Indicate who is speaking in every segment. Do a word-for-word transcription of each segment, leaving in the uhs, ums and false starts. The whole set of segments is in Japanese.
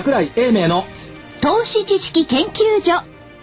Speaker 1: 櫻井英明の
Speaker 2: 投資知識研究所。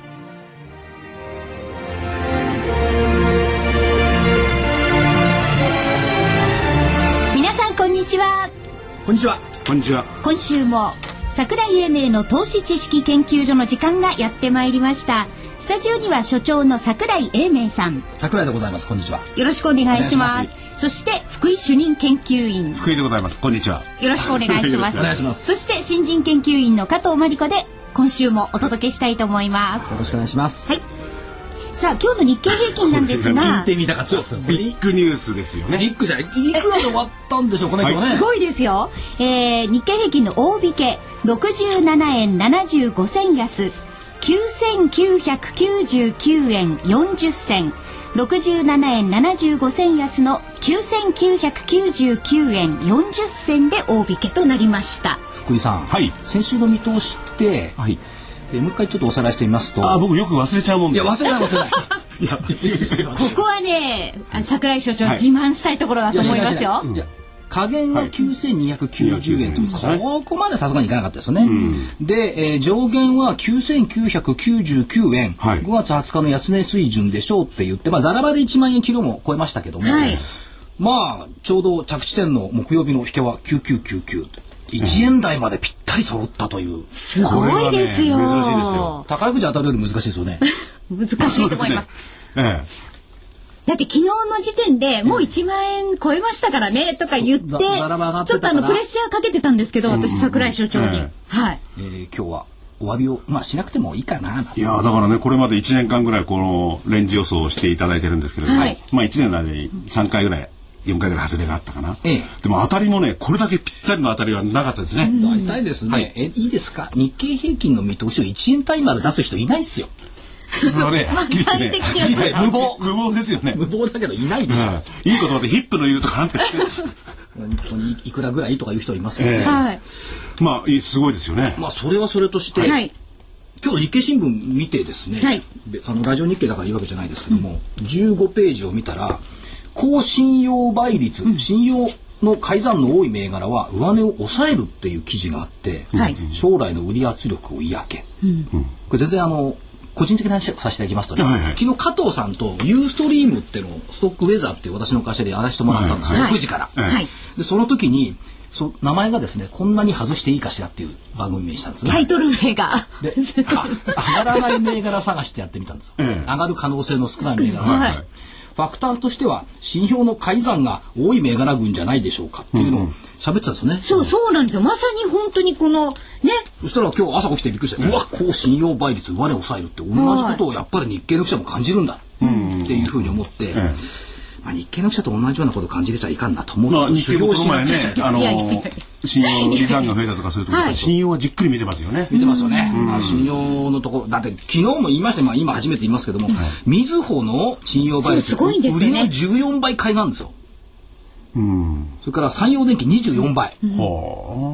Speaker 2: 皆さんこんにちは。
Speaker 1: こんにちは。
Speaker 3: こんにちは。
Speaker 2: 今週も櫻井英明の投資知識研究所の時間がやってまいりました。スタジオには所長の櫻井英明さん。
Speaker 1: 櫻井でございます。こんにちは。
Speaker 2: よろしくお願いします。そして福井主任研究員。
Speaker 3: 福井でございます。こんにちは。
Speaker 2: よろしくお願いします。
Speaker 1: お願いします。
Speaker 2: そして新人研究員の加藤真理子で今週もお届けしたいと思います。
Speaker 1: よろしくお願いします。
Speaker 2: はい。さあ今日の日経平均なんですが、
Speaker 1: 聞いてみたかったです。
Speaker 3: ビッグニュースですよね。
Speaker 1: ビッグじゃいくらで終わったんでしょうかね。
Speaker 3: はい
Speaker 1: 今日ね。
Speaker 2: すごいですよ。えー、日経平均の大引けろくじゅうななえんななじゅうごせん安きゅうせんきゅうひゃくきゅうじゅうきゅうえんよんじゅっ銭、ろくじゅうななえんななじゅうごせん安のきゅうせんきゅうひゃくきゅうじゅうきゅうえんよんじゅっ銭で大引けとなりました。
Speaker 1: 福井さん、
Speaker 3: はい、
Speaker 1: 先週の見通しって、
Speaker 3: はい、
Speaker 1: えーもう一回ちょっとおさらいしてみますと、
Speaker 3: あ、僕よく忘れちゃうもんで。
Speaker 1: いや忘れない忘れない。
Speaker 3: いや
Speaker 2: ここはね、櫻井所長、はい、自慢したいところだと思いますよ。
Speaker 1: いや下限はきゅうせんにひゃくきゅうじゅうえんという、はい、ここまでさすがにいかなかったですよね。うん、で、えー、上限はきゅうせんきゅうひゃくきゅうじゅうきゅうえん、はい、ごがつはつかの安値水準でしょうって言って、まあ、ざらばでいちまんえん昨日も超えましたけども、はい、まあちょうど着地点の木曜日の引けはきゅうせんきゅうひゃくきゅうじゅうきゅう、いちえん台までぴったり揃ったという、うん、
Speaker 2: すごいですよ。
Speaker 3: ね、珍しいですよ。
Speaker 1: 宝くじ当たるより難しいですよね。
Speaker 2: 難しいと思います。
Speaker 3: ええ、
Speaker 2: だって昨日の時点でもういちまんえん超えましたからねとか言って、ちょっとあのプレッシャーかけてたんですけど、私櫻井所長に、
Speaker 3: え
Speaker 2: えはい、
Speaker 1: えー、今日はお詫びを、まあ、しなくてもいいかな。
Speaker 3: いやだからね、これまでいちねんかんぐらいこのレンジ予想をしていただいてるんですけれども、はい、まあいちねんの間にさんかいぐらいよんかいぐらい外れがあったかな、ええ、でも当たりもねこれだけぴったりの当たりはなかったですね。
Speaker 1: 大体ですね、はい、えいいですか、日経平均の見通しをいちえん単位まで出す人いないっすよ。
Speaker 3: それはね、はっきり言ってね、無謀無謀ですよね。
Speaker 1: 無謀だけどいないでしょ。
Speaker 3: うん、いいことでヒップの言うとかなんて
Speaker 1: 本当にいくらぐらいとか言う人いますよね。
Speaker 3: えーはい、まあすごいですよね。
Speaker 1: まあそれはそれとして、はい、今日日経新聞見てですね、はい、あのラジオ日経だからいいわけじゃないですけども、うん、じゅうごページを見たら高信用倍率、うん、信用の改ざんの多い銘柄は上値を抑えるっていう記事があって、はい、将来の売り圧力を嫌気、うん、これ全然あの個人的な話をさせていただきますとね、はいはい、昨日加藤さんとユーストリームっていうのをストックウェザーっていう私の会社でやらせてもらったんですよ、はい、ろくじから、はい、でその時にそ名前がですね、こんなに外していいかしらっていう番組名にしたんですね。
Speaker 2: タイトル名が
Speaker 1: で上がらない銘柄探してやってみたんですよ、ええ、上がる可能性の少ない銘柄探して、はい、ファクターとしては信用の改ざんが多い銘柄群じゃないでしょうかっていうのを喋ってたんですよね、うん、
Speaker 2: そうそうなんですよ。まさに本当にこのね、そ
Speaker 1: したら今日朝起きてびっくりして、うん、うわ高信用倍率上値を抑えるって同じことをやっぱり日経の記者も感じるんだっていうふうに思って、うんうん、まあ、日経の記者と同じようなことを感じてちゃいかんなと思う、まあ、
Speaker 3: 日経もこの前ね、あの信用のリターンが増えたとかそういうところ、はい、信用はじっくり見てますよね。
Speaker 1: 見てますよね、うん、まあ、信用のところだって昨日も言いました、まあ、今初めて言いますけども、みずほの信用倍率
Speaker 2: すごいんですよね。
Speaker 1: 売りのじゅうよんばい買いなんですよ。うん、それから山陽電機にじゅうよんばい、うん、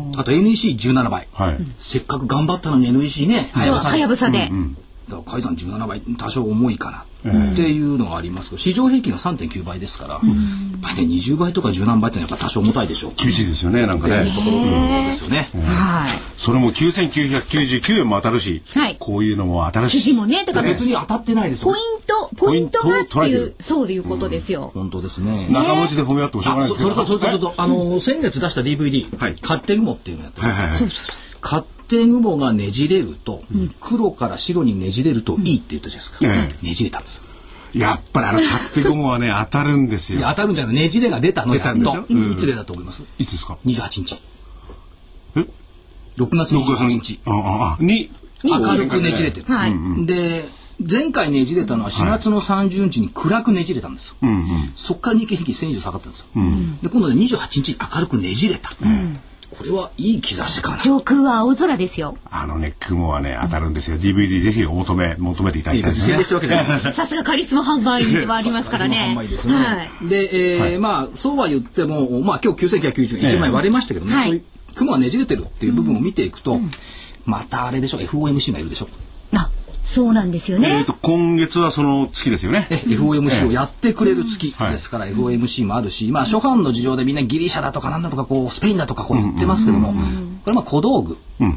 Speaker 1: あと エヌイーシーじゅうななばい、はい、せっかく頑張ったのに エヌイーシー ね、
Speaker 2: はやぶさで、うんうん、
Speaker 1: だから改ざんじゅうななばい多少重いかなっていうのがありますけど、市場平均が さんてんきゅうばいですから、うん、やっぱりねにじゅうばいとかじゅうなんばいってのはやっぱ多少重たいでしょう。
Speaker 3: 厳しいですよね、なんかね。
Speaker 1: ところですよね、うん、
Speaker 2: はい。
Speaker 3: それもきゅうせんきゅうひゃくきゅうじゅうきゅうえんも当たるし、はい、こういうのも当たるし、
Speaker 2: 記事もね、だから
Speaker 1: 別に当たってないですよ。
Speaker 2: ポイントポイントがっていうそういうことですよ、
Speaker 1: うん、本当ですね。
Speaker 3: 中文字で褒め合ってもしょうがないですけど、
Speaker 1: それとそれとそれとあの先月出した ディーブイディー、はい、勝手雲っていうのやってる、はいはいはい、そうそうそう、勝手雲がねじれると、うん、黒から白にねじれるといいって言ったじゃないですか、うん、ねじれたんですよ。
Speaker 3: やっぱりあの勝手雲はね当たるんですよ。
Speaker 1: いや当たるんじゃない、ねじれが出たのやっと、うん、いつ出たと思います？
Speaker 3: いつですか？
Speaker 1: にじゅうはちにち。
Speaker 3: え？
Speaker 1: ろくがつにじゅうはちにち。
Speaker 3: ああに
Speaker 1: 明るくねじれてる。はい、で前回ねじれたのはしがつのさんじゅうにちに暗くねじれたんですよ、はい、そっから日経平均せん以上下がったんですよ、うん、で今度ねにじゅうはちにちに明るくねじれた、うん、これはいい兆しかな。
Speaker 2: 上空は青空ですよ。
Speaker 3: あのね雲はね当たるんですよ、うん、ディーブイディー ぜひお求め求めていただきたいですね。
Speaker 2: さすがカリスマ販売ではありますからね。
Speaker 1: 販売ですね、はい、で、えーはい、まあそうは言っても、まあ、今日きゅうせんきゅうひゃくきゅうじゅういちまい割れましたけどね、えー、そういう雲がねじれてるっていう部分を見ていくと、うん、またあれでしょ エフオーエムシー がいるでしょ。
Speaker 2: あ、そうなんですよね、
Speaker 3: えー、と今月はその月ですよね。
Speaker 1: エフオーエムシー をやってくれる月ですから、うん、エフオーエムシー もあるし、まあ、初版の事情でみんなギリシャだとかなんだとかこうスペインだとかこう言ってますけども、うんうん、これまあ小道具、うん、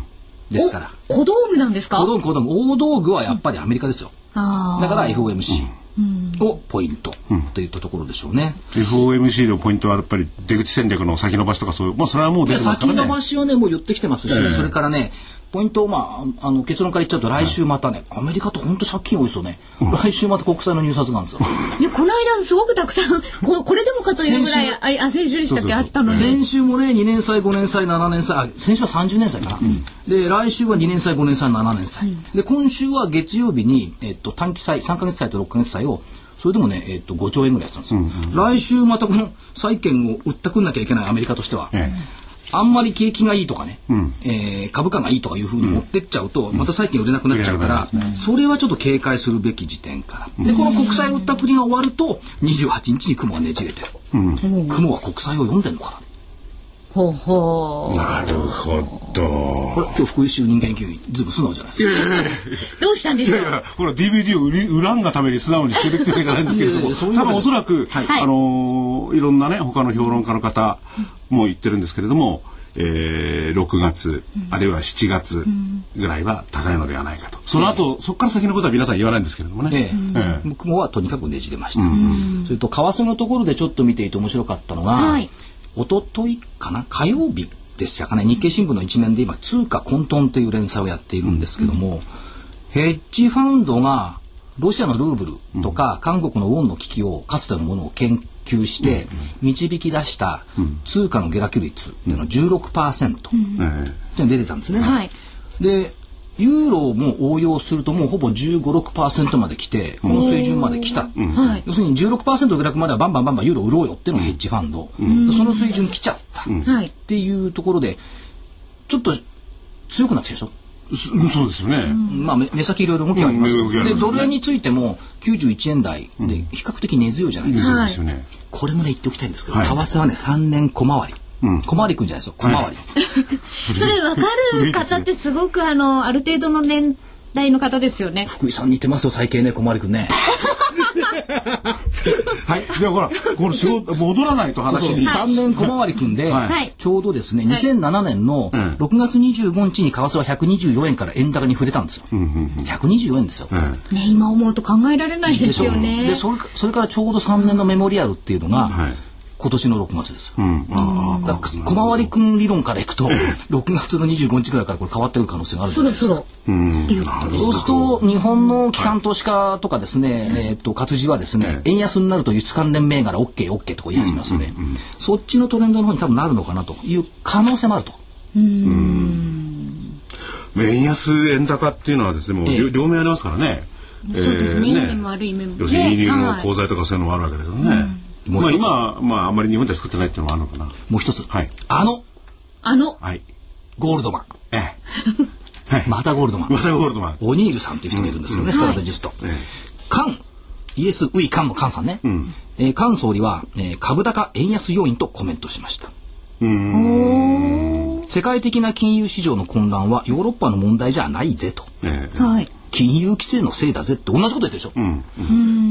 Speaker 1: ですから。
Speaker 2: 小道具なんですか？
Speaker 1: 小道具、小道具。大道具はやっぱりアメリカですよ。うん、だから エフオーエムシー をポイントといったところでしょうね。
Speaker 3: うん、エフオーエムシー のポイントはやっぱり出口戦略の先延ばしとかそういう、まあそれはもう出てますからね。
Speaker 1: 先延ばしはね、もう言ってきてますし、えー、それからね、ポイントを、まあ、あの結論から言っちゃうと来週またね、アメリカって本当借金多いですよね、うん、来週また国債の入札があるんですよ。
Speaker 2: いやこの間すごくたくさん こ, これでもかというぐらいあ先週でしたっけあったのに、
Speaker 1: 先週もねにねん債ごねん債ななねん債、あ先週はさんじゅうねん債かな、うん、で来週はにねん債ごねん債ななねん債、うん、で今週は月曜日に、えっと、短期債さんかげつ債とろっかげつ債をそれでもね、えっと、ごちょうえんぐらいやってたんですよ、うんうん、来週またこの債券を売ったくんなきゃいけないアメリカとしては、ええあんまり景気がいいとかね、うんえー、株価がいいとかいうふうに持ってっちゃうと、うん、また債券売れなくなっちゃうから、うん、それはちょっと警戒するべき時点から、うん、でこの国債売った国が終わるとにじゅうはちにちに雲がねじれてる、うん、雲は国債を読んでるのかな。
Speaker 2: ほうほう
Speaker 3: なるほど。
Speaker 1: これ今日福井州人間研究員ずいぶん素直じゃないですか。いやいやいや
Speaker 2: どうしたんでしょう。いやいや
Speaker 3: ほら ディーブイディー を売り売らんがために素直にしてるってわけじゃないんですけれども、多分おそらく、はい、あのー、いろんなね他の評論家の方も言ってるんですけれども、えー、ろくがつ、うん、あるいはしちがつぐらいは高いのではないかと、うん、その後、うん、そこから先のことは皆さん言わないんですけれどもね、えー
Speaker 1: えー、雲はとにかくねじれました、うん、それと為替のところでちょっと見ていて面白かったのが、はい、一昨日かな火曜日でしたかね、日経新聞の一面で今通貨混沌という連載をやっているんですけども、うん、ヘッジファンドがロシアのルーブルとか、うん、韓国のウォンの危機をかつてのものを研究して導き出した通貨の下落率っていうのは じゅうろくパーセント っていうのが出てたんですね、はい、でユーロも応用するともうほぼ じゅうご、ろくパーセント まで来てこの水準まで来た、うん、要するに じゅうろくパーセント 下落まではバンバンバンバンユーロ売ろうよっていうのがヘッジファンド、うん、その水準来ちゃった、うん、っていうところでちょっと強くなってきたでしょ。
Speaker 3: そうですよね、
Speaker 1: うんまあ、目先いろいろ動きがあります、うん、でドル円についてもきゅうじゅういちえん台で比較的根強いじゃないですか、うんですよね、これもね言っておきたいんですけど、はい、為替はねさんねん小回り、うん、小回りくんじゃないですよ小回り、はい、
Speaker 2: それ分かる方ってすごくあのある程度の年代の方ですよね。
Speaker 1: 福井さん似てますよ体型ね小回りくんね
Speaker 3: はいでもほらこの仕事戻らないと話に
Speaker 1: さんねん小回りくんで、はい、ちょうどですねにせんななねんのろくがつにじゅうごにちに為替はひゃくにじゅうよえんから円高に触れたんですよ、うんうんうん、ひゃくにじゅうよえんですよ、
Speaker 2: うん、ね今思うと考えられないですよね。
Speaker 1: でそれ、それからちょうどさんねんのメモリアルっていうのが、うんはい今年のろくがつですよ、うん、あだから小回りくん理論からいくとろくがつのにじゅうごにちぐらいからこれ変わってくる可能性があるじゃないですか。そろそろ、うん、そうすると日本の機関投資家とかですね、はいえー、と活字はですね、はい、円安になると輸出関連銘柄 オーケーオーケー とこう言い始めますので、うんうんうん、そっちのトレンドの方に多分なるのかなという可能性もあると。うん
Speaker 3: うん円安円高っていうのはですねもう、えー、両面ありますからね。
Speaker 2: そうですね、いい面も悪い面もね。
Speaker 3: 要するに輸入の鋼材とかそういうのもあるわけだけどね、はいうんまあ今、まああんまり日本では作ってないっていうのもあるのかな。
Speaker 1: もう一つ、
Speaker 3: はい、
Speaker 1: あの
Speaker 2: あの、
Speaker 3: はい、
Speaker 1: ゴールドマン、
Speaker 3: え
Speaker 1: えはい、またゴールドマン、
Speaker 3: またゴールドマン、
Speaker 1: オニールさんっていう人がいるんですよね、うん、ストラテジスト。はい、カンイエスウイカンのカンさんね、うんえー、カン総理は、えー、株高円安要因とコメントしました。うーん世界的な金融市場の混乱はヨーロッパの問題じゃないぜと。えーはい金融規制のせいだぜって同じこと言ってるでしょ、うんうん、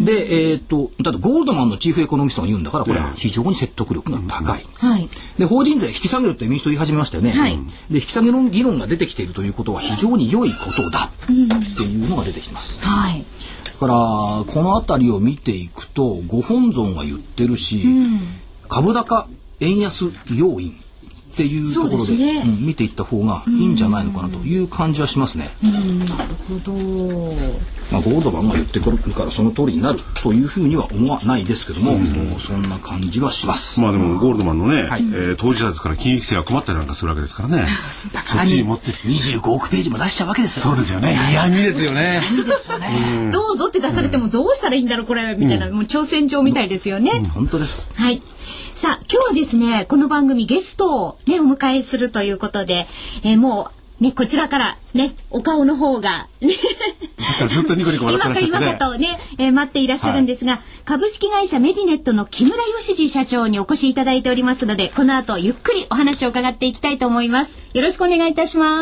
Speaker 1: で、えー、っとだってゴールドマンのチーフエコノミストが言うんだからこれは非常に説得力が高い、うんはい、で法人税引き下げるって民主党言い始めましたよね、はい、で引き下げの議論が出てきているということは非常に良いことだっていうのが出てきてます、うんはい、だからこのあたりを見ていくとご本尊が言ってるし、うん、株高円安要因っていうところで、ねうん、見ていった方がいいんじゃないのかなという感じはしますね。
Speaker 2: うんなるほど。
Speaker 1: まあゴールドマンが言ってくるからその通りになるというふうには思わないですけども、うん、もうそんな感じはします。
Speaker 3: まあでもゴールドマンのね、はいえー、当事者ですから金融規制は困ったりなんかするわけですからね。
Speaker 1: だからに持ってにじゅうごおくページも出しちゃうわけですよ。
Speaker 3: そうですよね。嫌味ですよね。
Speaker 1: 嫌味ですよね、
Speaker 2: うん。どうぞって出されてもどうしたらいいんだろうこれみたいな、うん、もう挑戦状みたいですよね。
Speaker 1: うん、本当です。
Speaker 2: はい。さあ今日はですねこの番組ゲストをねお迎えするということで、えー、もうねこちらからねお顔の方がね
Speaker 3: ずっとニコニコ笑ってらっしゃってね
Speaker 2: 今か今かとね、えー、待っていらっしゃるんですが、はい、株式会社メディネットの木村義次社長にお越しいただいておりますのでこの後ゆっくりお話を伺っていきたいと思います。よろしくお願いいたします。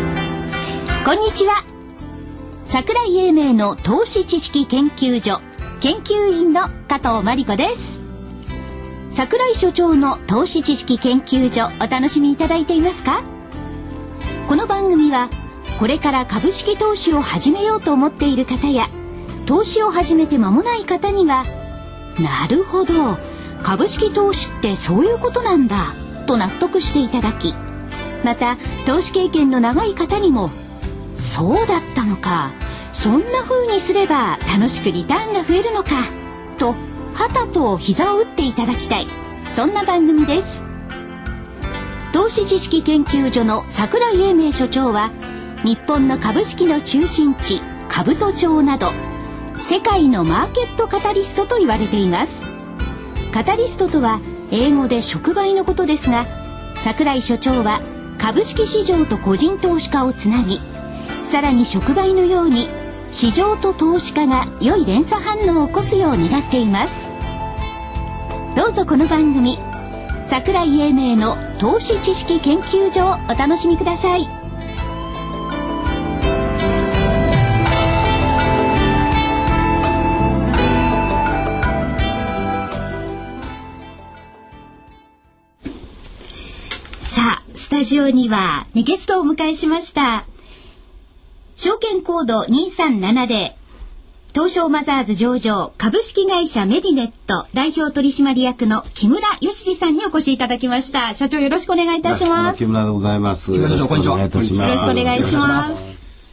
Speaker 2: こんにちは。桜井英明の投資知識研究所研究員の加藤真理子です。櫻井所長の投資知識研究所、お楽しみいただいていますか？この番組はこれから株式投資を始めようと思っている方や、投資を始めて間もない方には、なるほど、株式投資ってそういうことなんだと納得していただき、また投資経験の長い方にも、そうだったのか、そんな風にすれば楽しくリターンが増えるのかと、はたと膝を打っていただきたい、そんな番組です。投資知識研究所の櫻井英明所長は、日本の株式の中心地兜町など、世界のマーケットカタリストと言われています。カタリストとは英語で触媒のことですが、櫻井所長は株式市場と個人投資家をつなぎ、さらに触媒のように市場と投資家が良い連鎖反応を起こすよう願っています。どうぞこの番組、櫻井英明の投資知識研究所をお楽しみください。さあ、スタジオには、ね、ゲストをお迎えしました。証券コードにさんななゼロ、東証マザーズ上場株式会社メディネット代表取締役の木村義二さんにお越しいただきました。社長、よろしくお願いいたします。
Speaker 4: 木村でございます。
Speaker 1: よろしくお願いいたします。
Speaker 2: よろしくお願いします。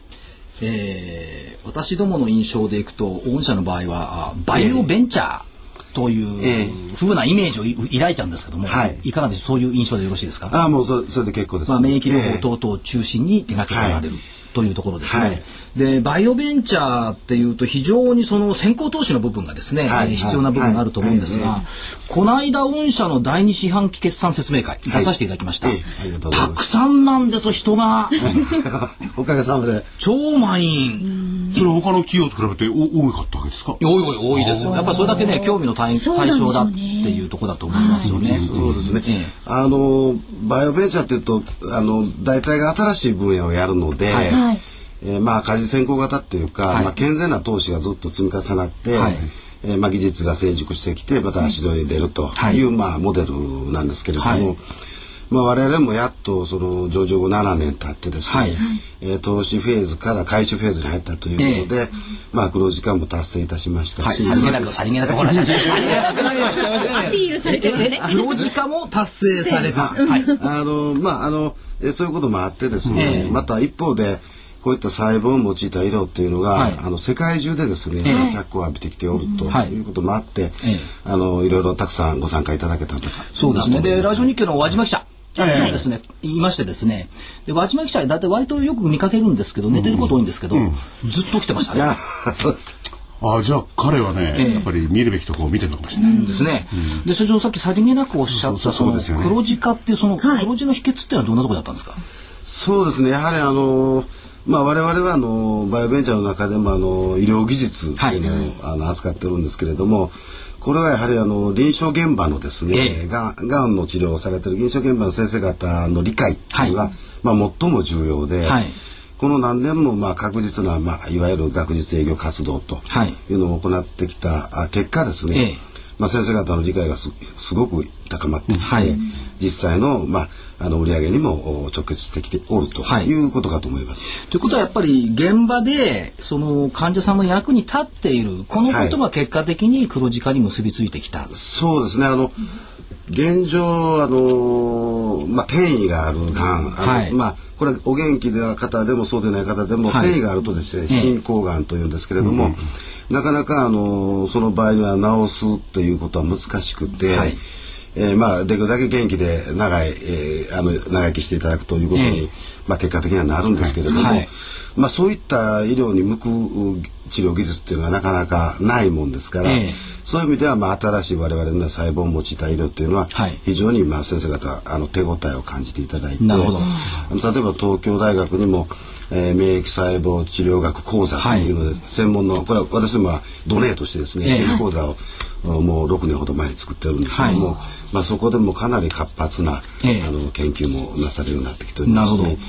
Speaker 1: えー、私どもの印象でいくと、御社の場合はバイオベンチャーという風なイメージを抱いちゃうんですけども、はい、いかがでしょう、そういう印象でよろしいですか？
Speaker 4: ああ、もうそれ、それで結構です。
Speaker 1: まあ、免疫療法等々を中心に手掛けておられる、はい、というところですね、はい、でバイオベンチャーっていうと非常にその先行投資の部分がですね、はい、必要な部分があると思うんですが、はいはい、この間御社の第二四半期決算説明会、はい、出させていただきました、はい、たくさんなんです人が
Speaker 4: おかげさまで
Speaker 1: 超満員。
Speaker 3: それは他の企業と比べて多かったわけですか？
Speaker 1: 多い多い多いですよ。やっぱりそれだけね、興味の対象だっていうところだと思いますよね。
Speaker 4: そうですね、ええ、あのバイオベンチャーっていうと、あの大体が新しい分野をやるので、はい、えー、まあ赤字先行型っていうか、はい、まあ、健全な投資がずっと積み重なって、はい、えー、まあ、技術が成熟してきてまた市場に出るという、はい、まあ、モデルなんですけれども、はい、まあ、我々もやっとその上場後ななねん経ってですね、はい、えー、投資フェーズから回収フェーズに入ったということで、えー、まあ、黒字化も達成いたしましたし、
Speaker 1: さりげなくさりげなくほら社長さりげなく
Speaker 2: アピールされてますね。
Speaker 1: 黒字化も達成された、はい、
Speaker 4: あのまああのそういうこともあってですね、えー、また一方でこういった細胞を用いた医療っていうのが、はい、あの世界中でですね、えー、脚光を浴びてきておるということもあって、えー、あのいろいろたくさんご参加いただけたとか。
Speaker 1: そうですね。でラジオ日経の輪島記者はい、ですね、言いましてですね、で輪島記者だって割とよく見かけるんですけど、寝てること多いんですけど、うん、ずっと来てましたね。
Speaker 4: そうです。
Speaker 3: あ、じゃあ彼はね、えー、やっぱり見るべきところを見てるのかもしれない、
Speaker 1: うんですね、うん、で社長さっきさりげなくおっしゃったその黒字化っていうその黒字の秘訣っていうのはどんなところだったんですか？
Speaker 4: そうですね、やはりあのまあ、我々はあのバイオベンチャーの中でもあの医療技術っていうのを、はい、あの扱ってるんですけれども、これはやはりあの臨床現場のですね、えー、がん、がんの治療をされている臨床現場の先生方の理解っていうのが、はい、まあ、最も重要で、はい、この何年もまあ確実な、まあ、いわゆる学術営業活動というのを行ってきた結果ですね、えーまあ、先生方の理解が す, すごく高まってきて、はい、実際の、まあ、あの売り上げにも直結してきておるということかと思います。
Speaker 1: はい、ということはやっぱり現場でその患者さんの役に立っているこのことが結果的に黒字化に結びついてきた。はい、
Speaker 4: そうですね。あの現状あの、まあ、転移があるがん、はい、まあ、これお元気な方でもそうでない方でも、はい、転移があるとですね、進行がんというんですけれども、うん、なかなかあのその場合には治すということは難しくて、はい、えー、まあできるだけ元気で長い、えー、あの長生きしていただくということに、えー、まあ、結果的にはなるんですけれども、はい、まあ、そういった医療に向く治療技術っていうのはなかなかないもんですから、えー、そういう意味では、まあ、新しい我々の細胞を用いた医療っていうのは、はい、非常にまあ先生方あの手応えを感じていただいて、なるほど、あの例えば東京大学にも、えー、免疫細胞治療学講座というので、はい、専門のこれは私どもはドネートしてですね、えー、講座をもうろくねんほど前に作ってるんですけども、はい、まあ、そこでもかなり活発な、えー、あの研究もなされるようになってきておりまして、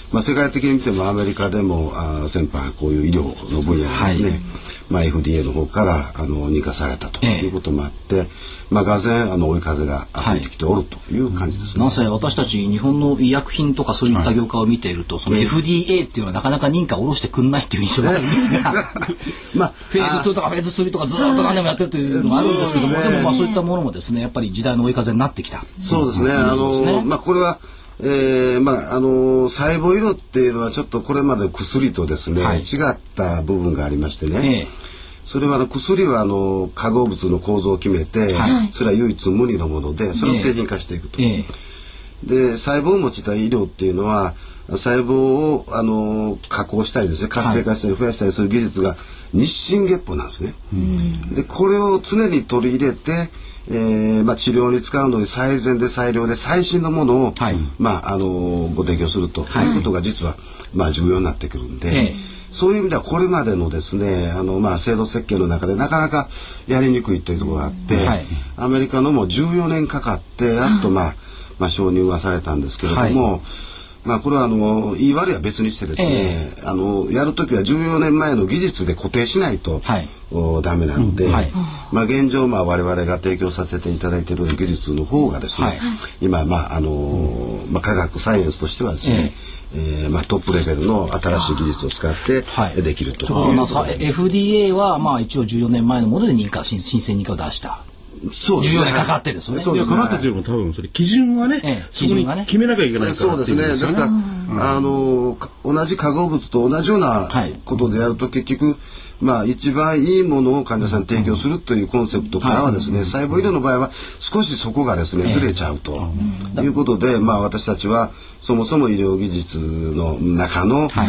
Speaker 4: まあ、世界的に見てもアメリカでもあ先般こういう医療の分野ですね、はい、まあ、エフディーエー の方からあの認可されたということもあって、ええ、まあ、がぜんあの追い風が吹いてきておるという感じですね。
Speaker 1: なぜ私たち日本の医薬品とかそういった業界を見ていると、はい、その エフディーエー っていうのはなかなか認可を下ろしてくんないっていう印象があるんですがまあ、フェーズツーとかフェーズスリーとかずっと何でもやってるというのがあるんですけども、でもまあそういったものもですねやっぱり時代の追い風になってきた。
Speaker 4: そうですね、あのまあ、これはえーまああのー、細胞医療っていうのはちょっとこれまで薬とですね、はい、違った部分がありましてね、えー、それはあの薬はあの化合物の構造を決めて、はい、それは唯一無二のものでそれを製品化していくと、えー、で細胞を用いた医療っていうのは細胞をあの加工したりですね活性化したり増やしたりする技術が日進月歩なんですね。でこれを常に取り入れてえーまあ、治療に使うのに最善で最良で最新のものを、はい、まああのー、ご提供するということが実は、はい、まあ、重要になってくるんで、はい、そういう意味ではこれまでのですねあの、まあ、制度設計の中でなかなかやりにくいというところがあって、はい、アメリカのもじゅうよねんかかってやっと、まあまあ、承認はされたんですけれども、はい、まあ、これはあの言い悪いは別にしてですね、えー、あのやるときはじゅうよねんまえの技術で固定しないと、はい、ダメなので、うん、はい、まあ、現状、まあ、我々が提供させていただいている技術の方がですね、はい、今、まああのーまあ、科学サイエンスとしてはですね、えーえーまあ、トップレベルの新しい技術を使ってできるということで、
Speaker 1: エフディーエー は、まあ、一応じゅうよねんまえのもので認可申請認可を出した。そうですね、じゅうよねんかかってですね。
Speaker 3: いやかかってというのも多分それ基準はね、ええ、基準がね決めなきゃいけないからっていうんですよね。
Speaker 4: そうですね。ですから、うん、あの同じ化合物と同じようなことでやると結局、まあ一番いいものを患者さんに提供するというコンセプトからはですね、細胞医療の場合は少しそこがですねずれちゃうということで、まあ私たちはそもそも医療技術の中の、はい、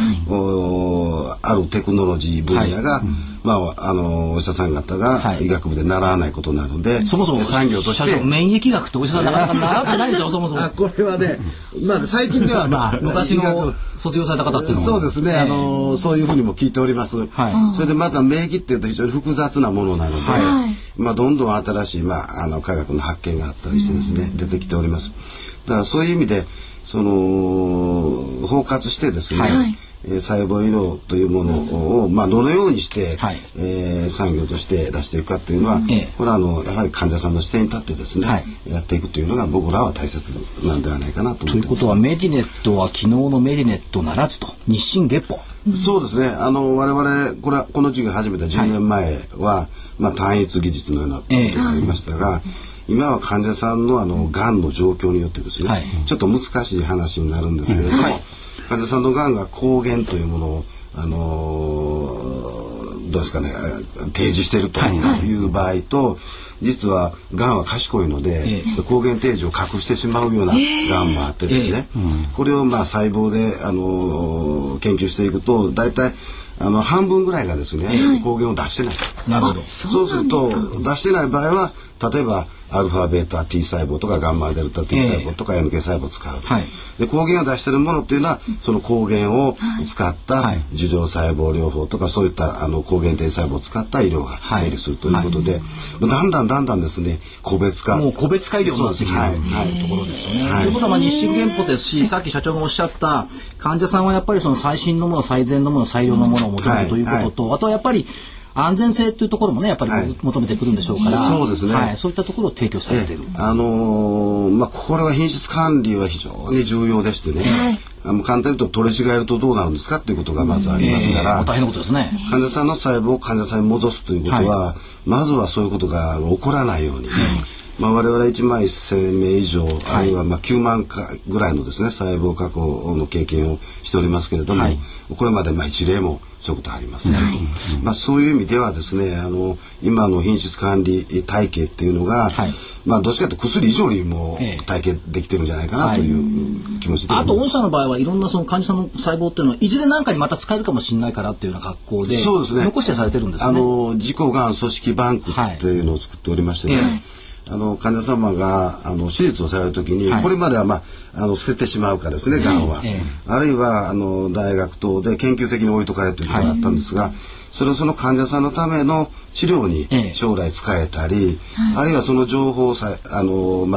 Speaker 4: あるテクノロジー分野が、はい、まああのお医者さん方が医学部で習わないことなので、はい、
Speaker 1: そもそも産業として免疫学ってお医者さんなかなか習ってないでしょそもそも。
Speaker 4: これはね、まあ最近ではまあ
Speaker 1: 昔の卒業された方っていうのは
Speaker 4: そうですね、えー、あのそういうふうにも聞いております。はい、それでまた免疫っていうと非常に複雑なものなので、はい、まあどんどん新しいまああの科学の発見があったりしてですね、うん、出てきております。だからそういう意味でその包括してですね、はい、えー、細胞医療というものを、まあ、どのようにして、はい、えー、産業として出していくかというのは、うん、これはあのやはり患者さんの視点に立ってですね、はい、やっていくというのが僕らは大切なんではないかなと思ってます。
Speaker 1: ということはメディネットは昨日のメディネットならずと日進月歩。
Speaker 4: そうですね。あの我々これはこの授業始めたじゅうねんまえは、はい、まあ、単一技術のようなことがありましたが、えー今は患者さんのあのがんの状況によってですね、はい、ちょっと難しい話になるんですけれども、はい、患者さんのがんが抗原というものを、あのー、どうですかね提示しているという場合と、はい、実はがんは賢いので、えー、抗原提示を隠してしまうようながんもあってですね、えーうん、これをまあ細胞で、あのー、研究していくと大体あの半分ぐらいがですね、はい、抗原を出してない。
Speaker 1: なるほど。
Speaker 4: そうすると出してない場合は例えばアルファベータ T 細胞とかガンマデルタ T 細胞とか エヌケー 細胞を使う、はい、で抗原を出しているものっていうのはその抗原を使った樹状細胞療法とかそういったあの抗原定細胞を使った医療が成立するということで、はいはい、だんだんだんだんですね個別化
Speaker 1: もう個別化医療になってきている、はいはい、ところですよね、はい、ということはまあ日進月歩ですしさっき社長がおっしゃった患者さんはやっぱりその最新のもの最善のもの最良のものを求めるということと、はいはい、あとはやっぱり安全性というところもねやっぱり求めてくるんでしょうから、
Speaker 4: はい、そうですね、
Speaker 1: はい、そういったところを提供されている。
Speaker 4: あのー、まあこれは品質管理は非常に重要でしてね、はい、あの簡単に言うと取り違えるとどうなるんですかっていうことがまずありますから、
Speaker 1: えー、大変なことですね。
Speaker 4: 患者さんの細胞を患者さんに戻すということは、はい、まずはそういうことが起こらないように、はい、まあ、我々いちまんせんめい以上、はい、あるいはまあきゅうまんかいぐらいのですね細胞加工の経験をしておりますけれども、はい、これまでまあ一例もそういうことありますね、はい、まあ、そういう意味ではですねあの今の品質管理体系っていうのが、はい、まあ、どっちかというと薬以上にも体系できてるんじゃないかなという気持ちで、はい、
Speaker 1: あと御社の場合はいろんなその患者さんの細胞っていうのはいずれ何かにまた使えるかもしれないからっていうような格好でそうですね残してされてるんですね。
Speaker 4: あの自己がん組織バンクっていうのを作っておりましてね、はい、あの患者様があの手術をされるときに、はい、これまでは、まあ、あの捨ててしまうかですねがんは、えー、あるいはあの大学等で研究的に置いとかれるということがあったんですが、はい、それをその患者さんのための治療に将来使えたり、えー、あるいはその情報をさあのまた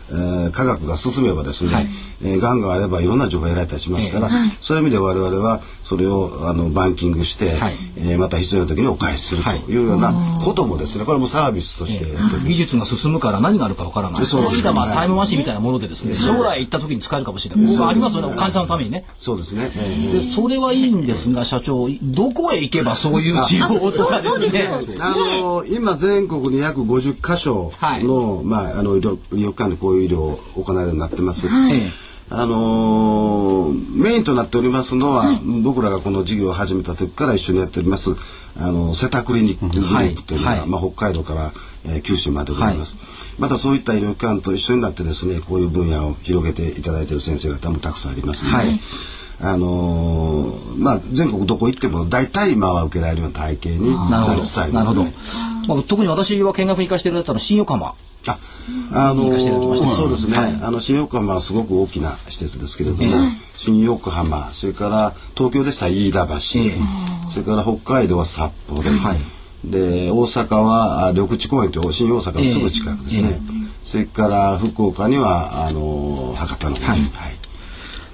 Speaker 4: えー、科学が進めばですね、はい、えー、がんがあればいろんな情報が得られたりしますから、えー、そういう意味で我々はそれをあのバンキングして、はい、えー、また必要な時にお返しするというようなこともですね、これもサービスとして、え
Speaker 1: ー、技術が進むから何があるかわからない。そうですね。まあタイムマシンみたいなものでですね、将来行った時に使えるかもしれない。ここがありますよね、患者さんのためにね。
Speaker 4: そうですね。え
Speaker 1: ー、でそれはいいんですが、社長、どこへ行けばそういう治療とかですね。
Speaker 4: あの今全国に約ごじゅっかしょの、はい、まああの医療医療機関でこういう医療を行えるようになってます。はい、あのー、メインとなっておりますのは、はい、僕らがこの事業を始めた時から一緒にやっておりますあのセタクリニックグループというのが、はいはい、まあ、北海道から、えー、九州までございます、はい、またそういった医療機関と一緒になってですね、こういう分野を広げていただいている先生方もたくさんありますので、はい、あのー、まあ、全国どこ行っても大体今は受けられるような体系になりつつあります、ね。なるほ
Speaker 1: ど。まあ、特に私は見学に行かせていただいたのは新横浜。
Speaker 4: あ、あのー、そうですね、はい、あの新横浜はすごく大きな施設ですけれども、えー、新横浜、それから東京でしたら飯田橋、えー、それから北海道は札幌、はい、で大阪は緑地公園という新大阪のすぐ近くですね、えーえー、それから福岡にはあのー、博多の方に、はいはい、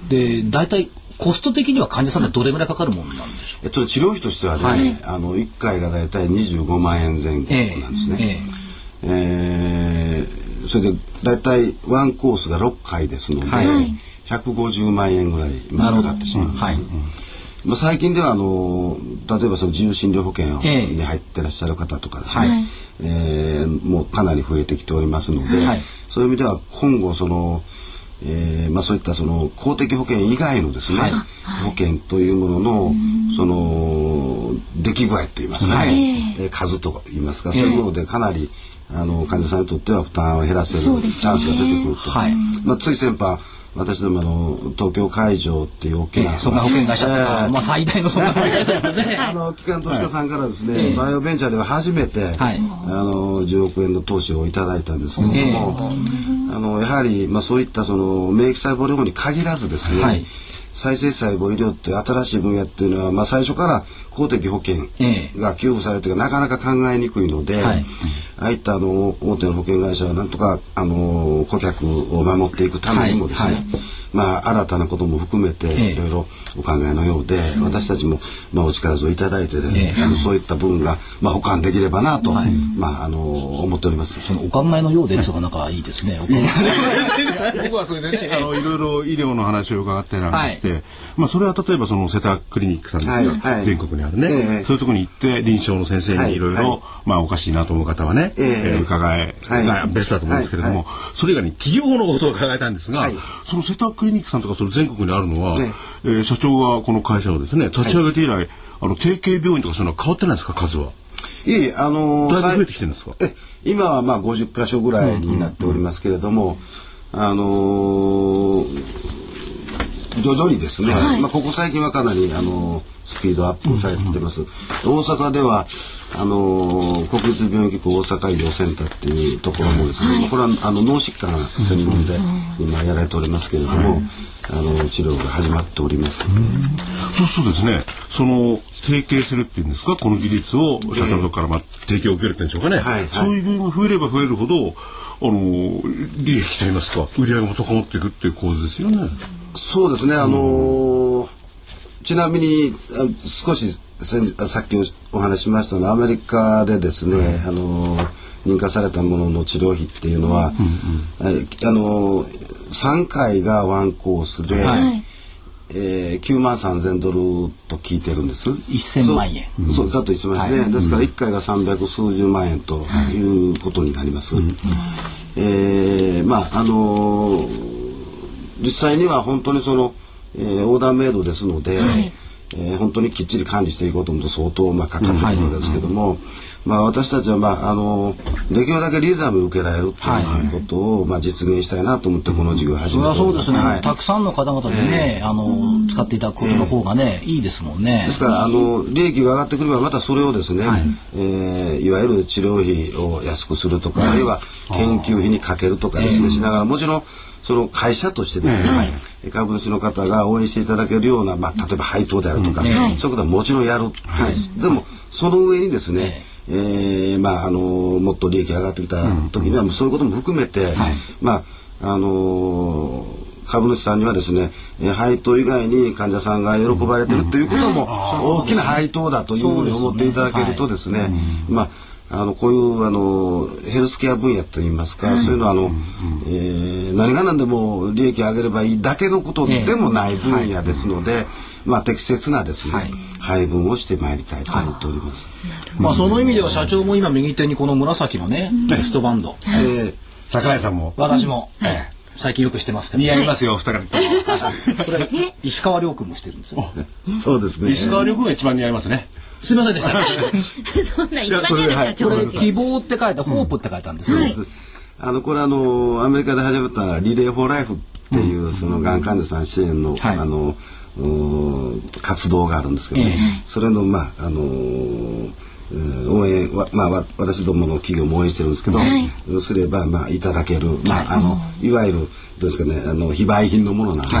Speaker 1: で大体コスト的には患者さんでどれぐらいかかるものなんでしょう。
Speaker 4: えっと、治療費としてはね、はい、あのいっかいが大体にじゅうごまんえんぜん後なんですね。えーえーえー、それでだいたいワンコースがろっかいですので、はい、ひゃくごじゅうまんえんぐらいまでかかってしまいます、うん、はい、まあ、最近ではあの例えばその自由診療保険に入ってらっしゃる方とかですね、はい、えー、もうかなり増えてきておりますので、はい、そういう意味では今後その、えーまあ、そういったその公的保険以外のですね、はい、保険というもののその出来具合といいますか、ね、はい、えー、数といいますか、そういうものでかなりあの患者さんにとっては負担を減らせるチャンスが出てくると、はい、まあ、つい先般私どもの東京海上っていう大きな、えー、
Speaker 1: そんな保険会社、えー、まあ最大のそんな保険会社ですよね。
Speaker 4: あの機関投資家さんからですね、はい、バイオベンチャーでは初めて、はい、あのじゅうおくえんの投資をいただいたんですけれども、えー、あのやはりまあそういったその免疫細胞療法に限らずですね、はい、再生細胞医療っていう新しい分野っていうのは、まあ、最初から公的保険が給付されてなかなか考えにくいので、はい、ああいったあの大手の保険会社はなんとかあの顧客を守っていくためにもですね、はいはい、まあ、新たなことも含めていろいろお考えのようで、ええ、私たちも、まあ、お力添えいただいて、ね、ええ、あのそういった部分が、まあ、保管できればなと、はい、まあ、あの思っております。
Speaker 1: そのお考えのようでっていうのがなんかいいですね。
Speaker 3: 僕はそれでね、あのいろいろ医療の話を伺ってなんして、はい、まあ、それは例えばそのセタクリニックさんですよ、はい、全国にあるね、ええ、そういうところに行って臨床の先生にいろいろまあおかしいなと思う方はね、ええ、伺えがベストだと思うんですけれども、はいはい、それ以外に企業のことを伺いたいんですが、はい、そのセタクリニックさんとかその全国にあるのは、ね、えー、社長がこの会社をですね立ち上げて以来、はい、あの提携病院とかそういうのは変わってないですか、数は。
Speaker 4: いえいえ、あのー、
Speaker 3: だいぶ増えてきてるんですか。
Speaker 4: え今はまあごじゅっかしょぐらいになっておりますけれども、うんうんうん、あのー、徐々にですね、はい、まあ、ここ最近はかなり、あのー、スピードアップされてきてます、うんうんうん、大阪ではあのー、国立病院機構大阪医療センターっていうところもですね、はい、これはあの脳疾患専門で今やられておりますけれども、はい、あの治療が始まっております。
Speaker 3: そうそうですね、その提携するっていうんですか、この技術を社長からまあ提供を受けるっていうんでしょうかね、はいはい、そういう部分が増えれば増えるほどあの利益といいますか売り上げも高まっていくっていう構図ですよね。
Speaker 4: そうですね、あのー、ちなみに少しさっきお話ししましたのはアメリカでですね、うん、あの認可されたものの治療費っていうのは、うんうん、あのさんかいがワンコースで、はい、えー、きゅうまんさんぜんドルと聞いてるんです。
Speaker 1: せんまんえん。
Speaker 4: そうざっといちまんえんね、はい、ですからいっかいがさんびゃくすうじゅうまんえんということになります。はい、えー、まああのー、実際には本当にその、えー、オーダーメイドですので、はい、えー、本当にきっちり管理していこうと思うと相当まあかかってくるわけですけども、はい、まあ、私たちは、まあ、あのできるだけリーズナブル受けられるということを、はい、まあ、実現したいなと思ってこの事業を始めた、うん、
Speaker 1: そうですね、はい、たくさんの方々にね、えー、あの使っていただくことの方がね、えー、いいですもんね。
Speaker 4: ですからあの利益が上がってくればまたそれをですね、はい、えー、いわゆる治療費を安くするとか、はい、あるいは研究費にかけるとかですね、しながらもちろんその会社としてですね、はい、株主の方が応援していただけるような、まあ、例えば配当であるとか、うん、はい、そういうことはもちろんやる、はい、でもその上にですね、えーえーまあ、あのもっと利益が上がってきた時には、うん、そういうことも含めて、はい、まああのー株主さんにはですね、えー、配当以外に患者さんが喜ばれてるということも大きな配当だというふうに思っていただけるとですね、まああのこういうあのヘルスケア分野といいますか、そういうのはあの、えー、何が何でも利益を上げればいいだけのことでもない分野ですので、まあ適切なですね、はい、配分をしてまいりたいと思っております。
Speaker 1: まあその意味では社長も今右手にこの紫のねベストバンド、
Speaker 3: えー、桜井さんも
Speaker 1: 私も、えー最近よくしてますけど、
Speaker 3: 似合いますよ、二人とも。
Speaker 1: これ石川亮君もしてるんですよ。
Speaker 4: そうですね。
Speaker 3: 石川亮君が一番似合いますね。
Speaker 1: すみませんでした。
Speaker 2: そんな一番似合う社長ですよ。
Speaker 1: 希望って書いたホープって書いたんですよ。
Speaker 4: あのこれあのアメリカで始まったリレー・フォー・ライフっていうそのがん患者さん支援のあの活動があるんですけどね。それのまああの応援は、まあ、私どもの企業も応援してるんですけど、はい、すれば、まあ、いただける、まあ、あのいわゆるどうですかね、あの非売品のものなんで、はい、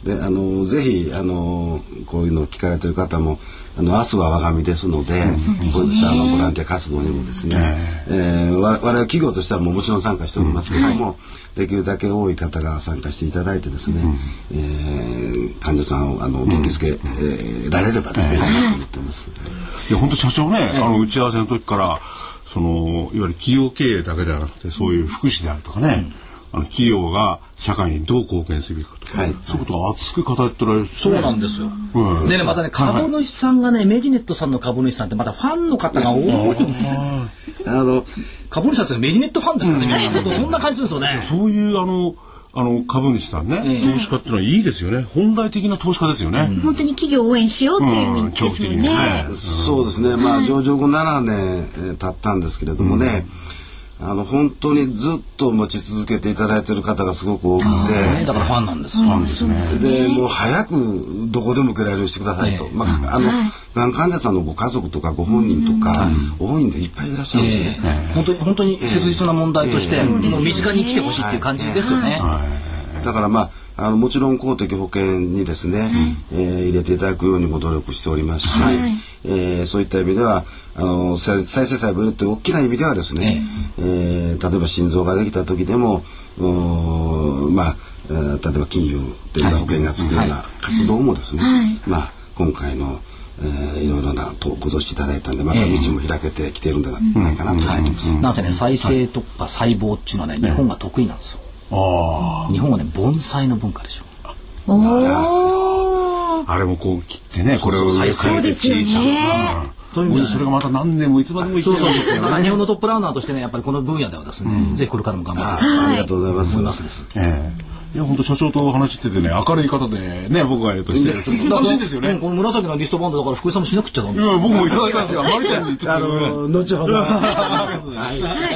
Speaker 4: であのぜひあのこういうのを聞かれてる方もあの明日は我が身ですので、うん、こういったあのボランティア活動にもですね、えー、我々企業としてはもうもちろん参加しておりますけれども、はい、できるだけ多い方が参加していただいてですね、うん、えー、患者さんをあの元気づけ、うん、えー、られればですね、いいなと思ってます。
Speaker 3: いや本当社長ね、あの打ち合わせの時からそのいわゆる企業経営だけではなくてそういう福祉であるとかね、うん、あの企業が社会にどう貢献するかとか、はい、そういうことを熱く語ってられる、ね、
Speaker 1: そうなんですよ、うん、でねまたね株主さんがね、はい、メディネットさんの株主さんってまたファンの方が多いあの株主さんってメディネットファンですからね、うん、そんな感じですよね。
Speaker 3: そういうあのあの株主さんね、えー、投資家っていうのはいいですよね。本来的な投資家ですよね、
Speaker 2: うん、本当に企業を応援しようっていう意味ですもんね、
Speaker 4: うん、そうですね、まあ上場後ななねん、えー、経ったんですけれどもね、うん、あの本当にずっと持ち続けていただいている方がすごく多くて、
Speaker 1: だからファンなんです。
Speaker 4: ファンですね。でもう早くどこでも受けられるようにしてくださいと、えー、まああの、はい、がん患者さんのご家族とかご本人とか多いんでいっぱいいらっしゃるんですね、
Speaker 1: えー、本当に本当に切実な問題として、えー、もう身近に来てほしいっていう感じですよね、はいはい、
Speaker 4: だからまああのもちろん公的保険にですね、はい、えー、入れていただくようにも努力しておりますし、はい、えー、そういった意味ではあの再生細胞って大きな意味ではですね、えーえー、例えば心臓ができた時でもまあ、えー、例えば金融というか保険がつくような活動もですね、はい、まあ今回のえー、いろいろなとご存知いただいたんでまた道も開けてきてるんじゃないかなと思います。
Speaker 1: なんせね再生とか細胞っていうのはね、はい、日本が得意なんですよ。あ日本はね盆栽の文化でしょ。
Speaker 3: おあれもこう切ってねこれを
Speaker 2: 再生で小さ
Speaker 3: なそれがまた何年もいつまでもいける。
Speaker 1: そうそうそう。日本のトップランナーとしてねやっぱりこの分野ではですね、うん、ぜひこれからも頑張って、
Speaker 4: はい、ありがとうございます。
Speaker 1: 思いますです。え
Speaker 3: ーいや本当社長と話しててね明るい方でね僕が言うとして楽しいですよね。
Speaker 1: この紫のリストバンドだから福井さんもしなくちゃだめ。
Speaker 3: 僕もいただいたんですよ。まるちゃんに
Speaker 4: あの後ほど。
Speaker 2: はい。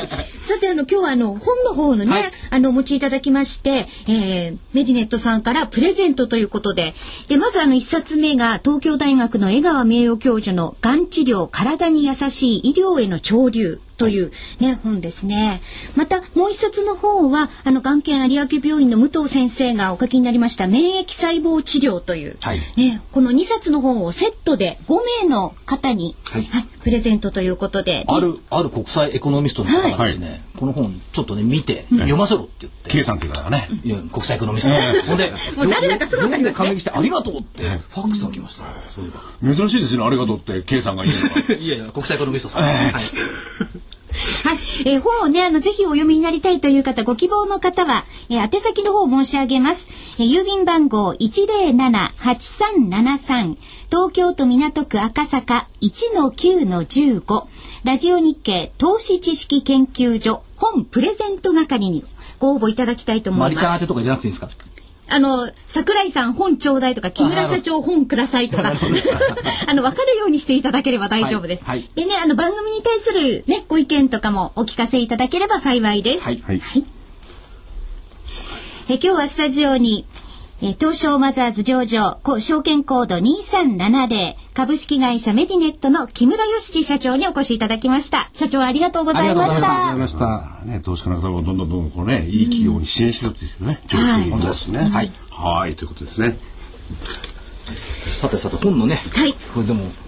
Speaker 2: さてあの今日はあの本の方のね、はい、あのお持ちいただきまして、えー、メディネットさんからプレゼントということで、でまずあの一冊目が東京大学の江川名誉教授のがん治療体に優しい医療への潮流というね本ですね。またもう一冊の方はあのがん研有明病院の武藤先生がお書きになりました免疫細胞治療という、はい、ねこのにさつの本をセットでごめいの方に、はいはい、プレゼントということで、
Speaker 1: あるある国際エコノミストの方がですね、はい、この本ちょっとね見て、うん、読ませろって言って、
Speaker 3: K さんっていう方がね、
Speaker 1: いや国際エコノミスト、えー、ほんで
Speaker 2: もう誰だかすぐ分かりますね。
Speaker 1: 感激してありがとうってファックスが来ました、ね、そういえば
Speaker 3: 珍しいですねありがとうって K さんが言うのが
Speaker 1: いやいや国際エコノミストさん、えーはい
Speaker 2: はい、えー、本をねあのぜひお読みになりたいという方ご希望の方は、えー、宛先の方を申し上げます、えー、郵便番号 いちぜろななはちさんななさん 東京都港区赤坂 いちのきゅうのじゅうご ラジオ日経投資知識研究所本プレゼント係にご応募いただきたいと思います。
Speaker 1: マリちゃん宛てとか入れなくていいですか。
Speaker 2: あの桜井さん本ちょうだいとか木村社長本くださいとかあの分かるようにしていただければ大丈夫です、はいはい、でねあの番組に対する、ね、ご意見とかもお聞かせいただければ幸いです、はいはいはい、え今日はスタジオにえ東証マザーズ上場証券コードにさんななぜろ株式会社メディネットの木村義二社長にお越しいただきました。社長ありがとうございました。ありがとうございました。
Speaker 3: ね、投資家の方もどんどんどんどんこうねいい企業に支援しろっていうね、うん、状況ですね。はい、はい、ということですね。
Speaker 1: さてさて本のね、はい、これでも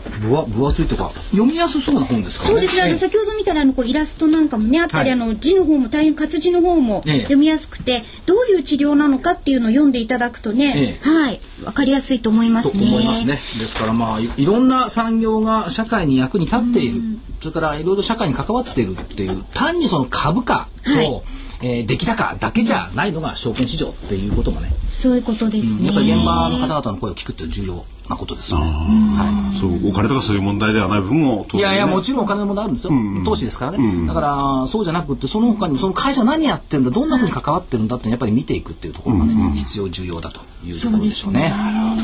Speaker 1: 分厚分厚いとか読みやすそうな本ですかね。
Speaker 2: そうですね。あの先ほど見たらあのこうイラストなんかもねあったり、はい、あの字の方も大変活字の方も読みやすくて、ええ、どういう治療なのかっていうのを読んでいただくとね、ええ、はいわかりやすいと思いますね。
Speaker 1: と思いますね。ですからまあ い, いろんな産業が社会に役に立っている、それからいろいろ社会に関わっているっていう単にその株価と、はい、えー、出来高だけじゃないのが証券市場っていうこともね、
Speaker 2: そういうことですね、
Speaker 1: うん、やっぱり現場の方々の声を聞くって重要なことですね。
Speaker 3: はい、そうお金とかそういう問題ではない部分も、
Speaker 1: ね、いやいやもちろんお金の問題あるんですよ、うんうん、投資ですからね、うんうん、だからそうじゃなくってその他にもその会社何やってんだどんなふうに関わってるんだってやっぱり見ていくっていうところがね、うんうん、必要重要だというところでしょうね。なるほど。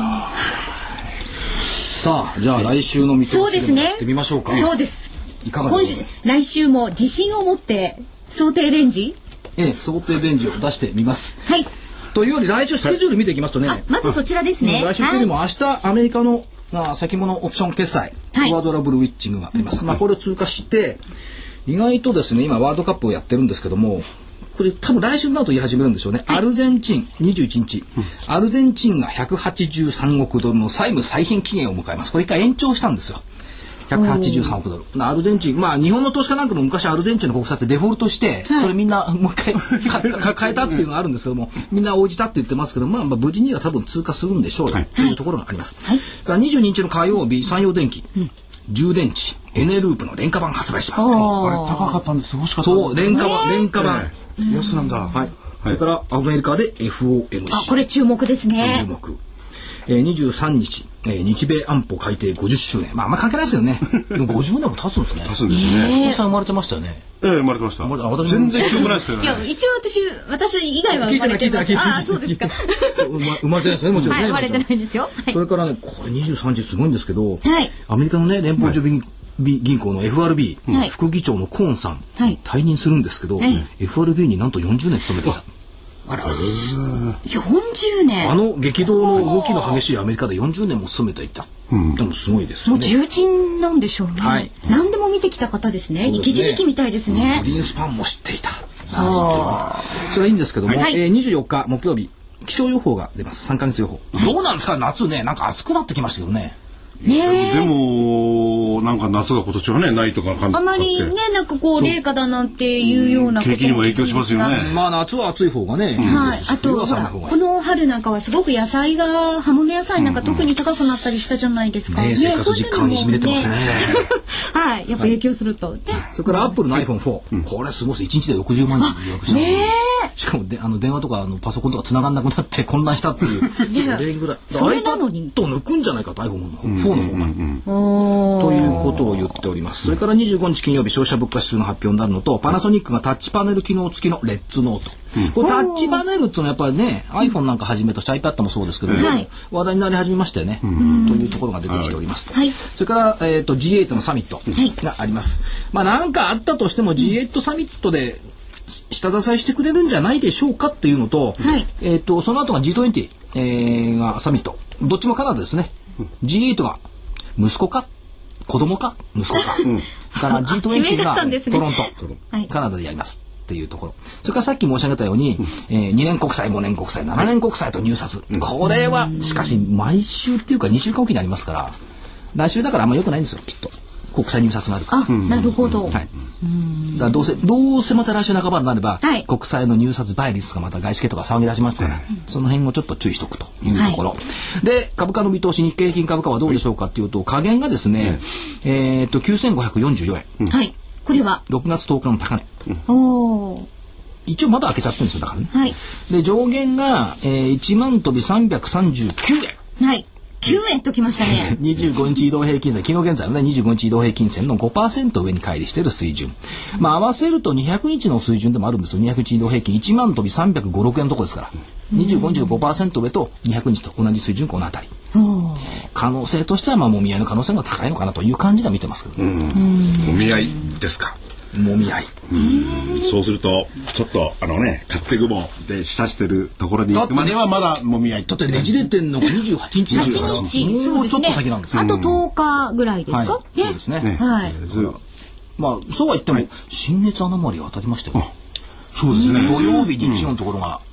Speaker 1: さあじゃあ来週の見通しでもやってみましょうか。
Speaker 2: そうです。
Speaker 1: いかがですか。
Speaker 2: 来週も自信を持って想定レンジ
Speaker 1: ええ、想定レンジを出してみます。
Speaker 2: はい。
Speaker 1: というより来週スケジュール見ていきますとね、
Speaker 2: あまずそちらですね。
Speaker 1: 来週というよりも明日アメリカの、まあ、先物オプション決済、はい、ワードラブルウィッチングがあります。まあこれを通過して意外とですね今ワールドカップをやってるんですけども、これ多分来週になると言い始めるんでしょうね。はい、アルゼンチンにじゅういちにち、うん、アルゼンチンがひゃくはちじゅうさんおくドルの債務再編期限を迎えます。これ一回延長したんですよ。ひゃくはちじゅうさんおくドル。アルゼンチン、まあ日本の投資家なんかも昔アルゼンチンの国債ってデフォルトして、はい、それみんなもう一回変えたっていうのがあるんですけども、みんな応じたって言ってますけど、まあ、まあ無事には多分通過するんでしょうよ、はい、というところがあります。はい、からにじゅうににちの火曜日、山陽電機、うん、充電池、エネループの廉価版発売します。あ
Speaker 3: れ高かったんです。欲しかったんです。
Speaker 1: そう、廉価版、廉価版。
Speaker 3: えー、安なんだ。
Speaker 1: はい。それからアメリカで エフオーエムシー。
Speaker 2: あ、これ注目ですね。
Speaker 1: 注目。えー、にじゅうさんにち、えー、日米安保改定ごじゅっしゅうねん。まああんま関係ないですけどね。でもごじゅうねんも経つんですね。
Speaker 3: 経つんですね。
Speaker 1: お子さん生まれてましたよね。
Speaker 3: ええー、生まれてました。あ私全然記憶ないですけどね。
Speaker 2: いや一応私私以外は生まれてます。ああそうですか。
Speaker 1: 生まれてないですねもちろんね。
Speaker 2: はい、生まれてないですよ。
Speaker 1: はい、それからねこれにじゅうさんにちすごいんですけど、はい、アメリカのね連邦準備銀行の エフアールビー、はい、副議長のコーンさん、はい、退任するんですけど、はい、エフアールビー になんとよんじゅうねん勤めていた。あらよん
Speaker 2: じゅうねん
Speaker 1: あの激動の動きの激しいアメリカでよんじゅうねんも勤めていた、うん、でもすごいですよね。
Speaker 2: もう重鎮なんでしょうね、はい、何でも見てきた方ですね。生き字引みたいですね。
Speaker 1: グリーンスパンも知っていた。あそれはいいんですけども、はいえー、にじゅうよっか木曜日気象予報が出ます。さんかげつ予報、はい、どうなんですか夏ねなんか暑くなってきましたけどね。
Speaker 3: ねでもなんか夏が今年はねないとか
Speaker 2: あまりねなんかこう冷夏だなんていうようなこと、
Speaker 3: 景気にも影響しますよね。
Speaker 1: まあ夏は暑い方がね、
Speaker 2: うん、はい。あとこの春なんかはすごく野菜が葉物野菜なんか特に高くなったりしたじゃないですか。
Speaker 1: ね、生活実感に染み出てますね。
Speaker 2: はいやっぱ影響すると。で
Speaker 1: それからアップルの アイフォンフォー、うん、これすごいです。いちにちでろくじゅうまんにん予約したんですよ。しかもであの電話とかあのパソコンとか繋がんなくなって混乱したっていうそれぐらい
Speaker 2: それなのに
Speaker 1: iPad 抜くんじゃないかと アイフォン のフォーの方が、うんということを言っております。それからにじゅうごにち金曜日消費者物価指数の発表になるのと、パナソニックがタッチパネル機能付きのレッツノート、うん、これタッチパネルっていうのはやっぱりね iPhone なんかはじめとして iPad もそうですけど、はい、話題になり始めましたよね、うん、というところが出てきておりますと、はい、それから、えー、と ジーエイト のサミットがあります、はい、まあなんかあったとしても ジーエイト サミットで下支えしてくれるんじゃないでしょうかっていうのと、はいえー、とその後が ジートゥエンティー、えー、がサミットどっちもカナダですね、うん、ジーエイト が息子か子供か息子か、うん、から ジートゥエンティー がトロント、はい、カナダでやりますっていうところ。それからさっき申し上げたように、うんえー、にねん国債ごねん国債ななねん国債と入札、うん、これはしかし毎週っていうかにしゅうかんおきにありますから来週だからあんま良くないんですよきっと国債入札があるから。
Speaker 2: あ、なるほど、はい、
Speaker 1: うんだからどうせどうせまた来週半ばになれば、はい、国債の入札倍率がまた外資系とか騒ぎ出しますから、うん、その辺をちょっと注意しておくというところ、はい、で株価の見通し日経平均株価はどうでしょうかっていうと下限がですね、うん、えー、っときゅうせんごひゃくよんじゅうよえん、
Speaker 2: うん、はいこれは
Speaker 1: ろくがつとおかの高値、
Speaker 2: うん、お
Speaker 1: 一応まだ開けちゃってるんですよだからね、
Speaker 2: はい、
Speaker 1: で上限が、えー、いちまんとびさんびゃくさんじゅうきゅうえん、
Speaker 2: はいきゅうえんときましたね。
Speaker 1: にじゅうごにち移動平均線、昨日現在のね、にじゅうごにち移動平均線の ごパーセント 上に乖離している水準。まあ合わせるとにひゃくにちの水準でもあるんですよ。にひゃくにち移動平均いちまんとびさんびゃくごじゅうろくえんのとこですから。にじゅうごにちの ごパーセント 上とにひゃくにちと同じ水準このあたり。可能性としてはまあもみ合いの可能性が高いのかなという感じでは見てますけど。
Speaker 3: うんもみ合いですか。
Speaker 1: もみ合い。
Speaker 3: うんそうするとちょっとあのね勝手雲で示唆してるところに行くまではまだもみ合い。
Speaker 1: だってねじれてんのがにじゅうはちにちですから。
Speaker 2: はちにちそうですね。
Speaker 1: ちょっと先なんですよ。
Speaker 2: あととおかぐらいですか。
Speaker 1: はい、そうですね。ね
Speaker 2: はい。
Speaker 1: まあそうは言っても、はい、新月アノマリは当たりましたよ。
Speaker 3: そうですね。
Speaker 1: 土曜日日曜のところが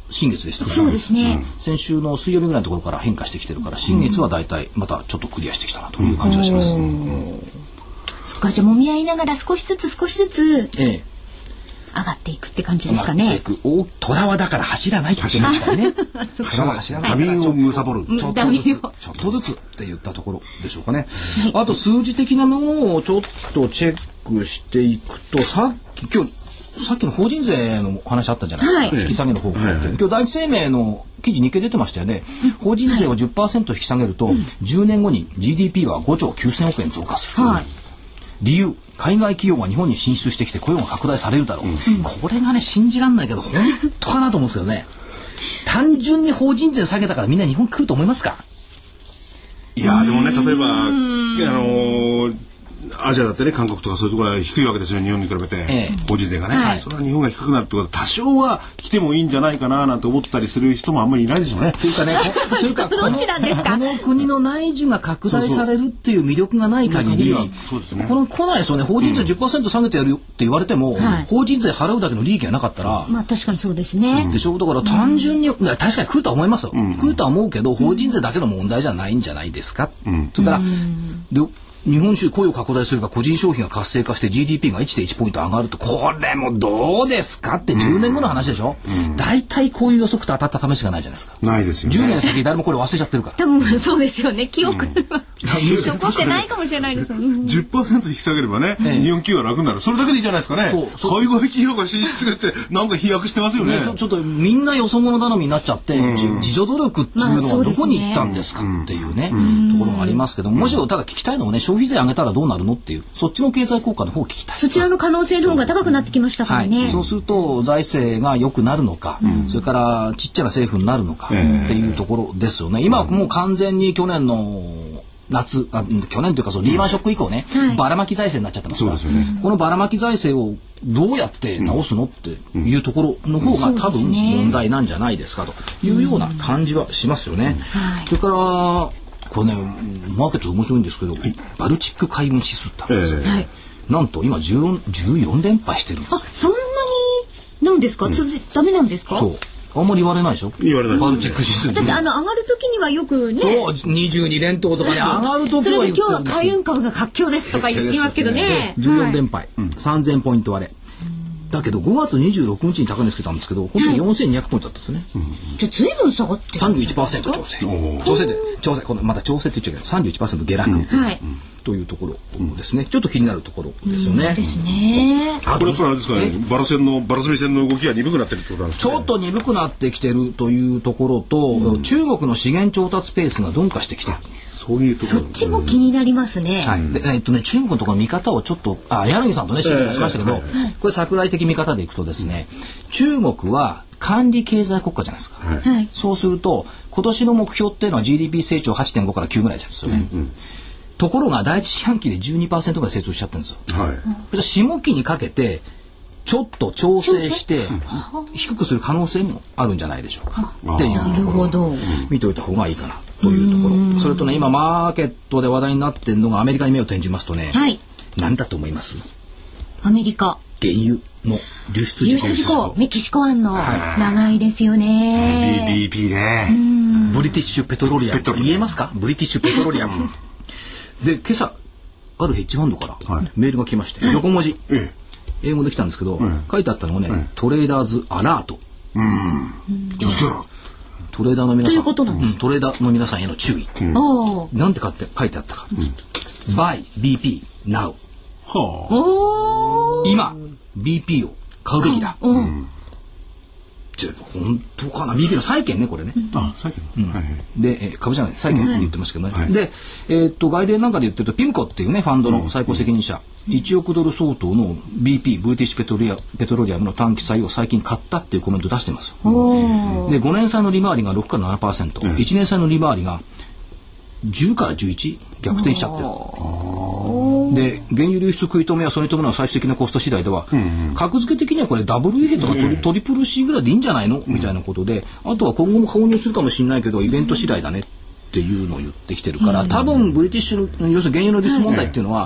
Speaker 1: 新月でしたから、
Speaker 2: そうですね、
Speaker 1: うん、先週の水曜日ぐらいのところから変化してきてるから、新月はだいたいまたちょっとクリアしてきたなという感じがします、うんうん、
Speaker 2: そっか、じゃあ揉み合いながら少しずつ少しずつ、ええ、上がっていくって感じですかね。
Speaker 1: お虎はだから走らないって言ってましたね。虎は走らない。
Speaker 3: ダミンを貪る。
Speaker 1: ちょっとずつ、ちょっとずつって言ったところでしょうかね。はい、あと数字的なものをちょっとチェックしていくと、さっき今日さっきの法人税の話あったじゃないですか。はい、引き下げの方向、はいはい、今日第一生命の記事日経出てましたよね。法人税を じゅっパーセント 引き下げると、はい、じゅうねんごに ジーディーピー はごちょうきゅうせんおくえん増加する。はい、理由、海外企業が日本に進出してきて雇用が拡大されるだろう、うん、これがね信じらんないけど本当かなと思うんですけどね。単純に法人税下げたからみんな日本来ると思いますか？
Speaker 3: いやでもね、例えばあのーアジアだってね、韓国とかそういうところは低いわけですよ、日本に比べて、ええ、法人税がね、はい、それは日本が低くなるってことは多少は来てもいいんじゃないかななんて思ったりする人もあんまりいないでしょうね。
Speaker 1: というかね、というか
Speaker 2: どちらですか？
Speaker 1: この国の内需が拡大されるっていう魅力がない限り、
Speaker 3: そうですね、
Speaker 1: この来ないですよね。法人税 じゅっパーセント 下げてやるよって言われても、うん、法人税払うだけの利益がなかったら、
Speaker 2: まあ確かにそうですね。
Speaker 1: でしょ。だから単純に、うん、確かに来るとは思いますよ。うん、来るとは思うけど、法人税だけの問題じゃないんじゃないですか。うん、それから、うん日本中雇用拡大するか、個人消費が活性化して ジーディーピー が いってんいち ポイント上がると、これもどうですかってじゅうねんごの話でしょ。大体、うん、こういう予測と当たった試しがないじゃないですか。
Speaker 3: ないですよね。
Speaker 1: じゅうねん先誰もこれ忘れちゃってるから。
Speaker 2: 多分そうですよね。記憶は、うん、残ってないかもしれないですよね。
Speaker 3: じゅっパーセント 引き下げればね、ええ、日本企業は楽になる。それだけでいいじゃないですかね。そう海外企業が進出するってなんか飛躍してますよね。
Speaker 1: ねちょ、ちょっとみんなよそ者頼みになっちゃって、うん、自助努力っていうのはどこに行ったんですかっていうね、うん、ところがありますけども、もしろただ聞きたいのはね、消費税上げたらどうなるのっていう、そっちの経済効果の方を聞きたい。
Speaker 2: そちらの可能性の方が高くなってきましたからね。
Speaker 1: はい、そうすると財政が良くなるのか、うん、それからちっちゃな政府になるのかっていうところですよね。今はもう完全に去年の夏、あ去年というかそのリーマンショック以降ね、うん、ばらまき財政になっちゃってますから、そうですよね、このばらまき財政をどうやって直すのっていうところの方が多分問題なんじゃないですかというような感じはしますよね。うんうんはい、それからこれね、マーケット面白いんですけど、はい、バルチック海運指数ってあるんですよ、えーはい、なんと今じゅうよん、じゅうよん連敗してるんですよ。
Speaker 2: あ、そんなになんですか、うん、続ダメなんですか？
Speaker 1: そうあんまり言われないでしょ。
Speaker 3: 言われない。
Speaker 1: バルチック指数。
Speaker 2: だってあの上がる時にはよくね。
Speaker 1: そうにじゅうに連投とかね上がる時は
Speaker 2: それで今日は海運株が活況ですとか言いますけどね。
Speaker 1: じゅうよん連敗、はい、さんぜんポイント割れ。だけどごがつにじゅうろくにちに高値つけたんですけど、本当によんせんにひゃくポイントだったんですね。はい
Speaker 2: うん、じゃあ随分下がって
Speaker 1: さんじゅういちパーセント 調整。調整で調整このまだ調整って言っちゃうけど さんじゅういちパーセント 下落、うんはい、というところですね。ちょっと気になるところですよね。
Speaker 2: うんですね。
Speaker 3: これはあれですかね。バラ線のバラ積み線の動きが鈍くなってるってことなんですかね。
Speaker 1: ちょっと鈍くなってきてるというところと、うん、中国の資源調達ペースが鈍化してきてる。
Speaker 3: そういうところ
Speaker 2: そっちも気になりますね。
Speaker 1: はい、でえっとね中国のところの見方をちょっとあ柳さんとね指摘しましたけど、えーはい、これ桜井的見方でいくとですね、うん、中国は管理経済国家じゃないですか。はい、そうすると今年の目標っていうのは ジーディーピー 成長 はちてんご からきゅうぐらいですよね。うんうん、ところが第一四半期で じゅうにパーセント ぐらい成長しちゃってるんですよ。はい、下期にかけてちょっと調整して低くする可能性もあるんじゃないでしょうかっていうところを見ておいた方がいいかなというところ。それとね今マーケットで話題になっているのがアメリカに目を転じますとね、はい、何だと思います？
Speaker 2: アメリカ
Speaker 1: 原油の流出事故。
Speaker 2: 流出事故メキシコ湾の長いですよね。
Speaker 3: ビービーピー ね。
Speaker 1: ブリティッシュペトロリアムと言えますか？ブリティッシュペトロリアムで今朝あるヘッジファンドからメールが来まして、はい、横文字、ええ英語できたんですけど、うん、書いてあったのはね、うん、トレーダーズアラート、うん、トレーダーの皆さん、うん、トレーダーの皆さんへの注意、うん、なんて書いて書いてあったか、うん、Buy ビーピー now、はあ、今 ビーピー を買うべきだ、うん、本当かな ビーピー の債券ねこれね、うん、あ債券、うんはいはい、で株じゃない債券って言ってましたけどね、はい、で、えー、っと外伝なんかで言ってるとピムコっていうねファンドの最高責任者、うん、いちおくドル相当の ビーピー ブリティッシュペトリアペトロリアムの短期債を最近買ったっていうコメント出してます。でごねん債の利回りがろくからななパーセント、うん、いちねん債の利回りがじゅうからじゅういち逆転しちゃってる。で原油流出食い止めはそれに伴う最終的なコスト次第では、うんうん、格付け的にはこれダブル エー とかトリ、うん、トリプル シー ぐらいでいいんじゃないの、うん、みたいなことで、あとは今後も購入するかもしれないけどイベント次第だねっていうのを言ってきてるから、多分ブリティッシュの要するに原油の流出問題っていうのは、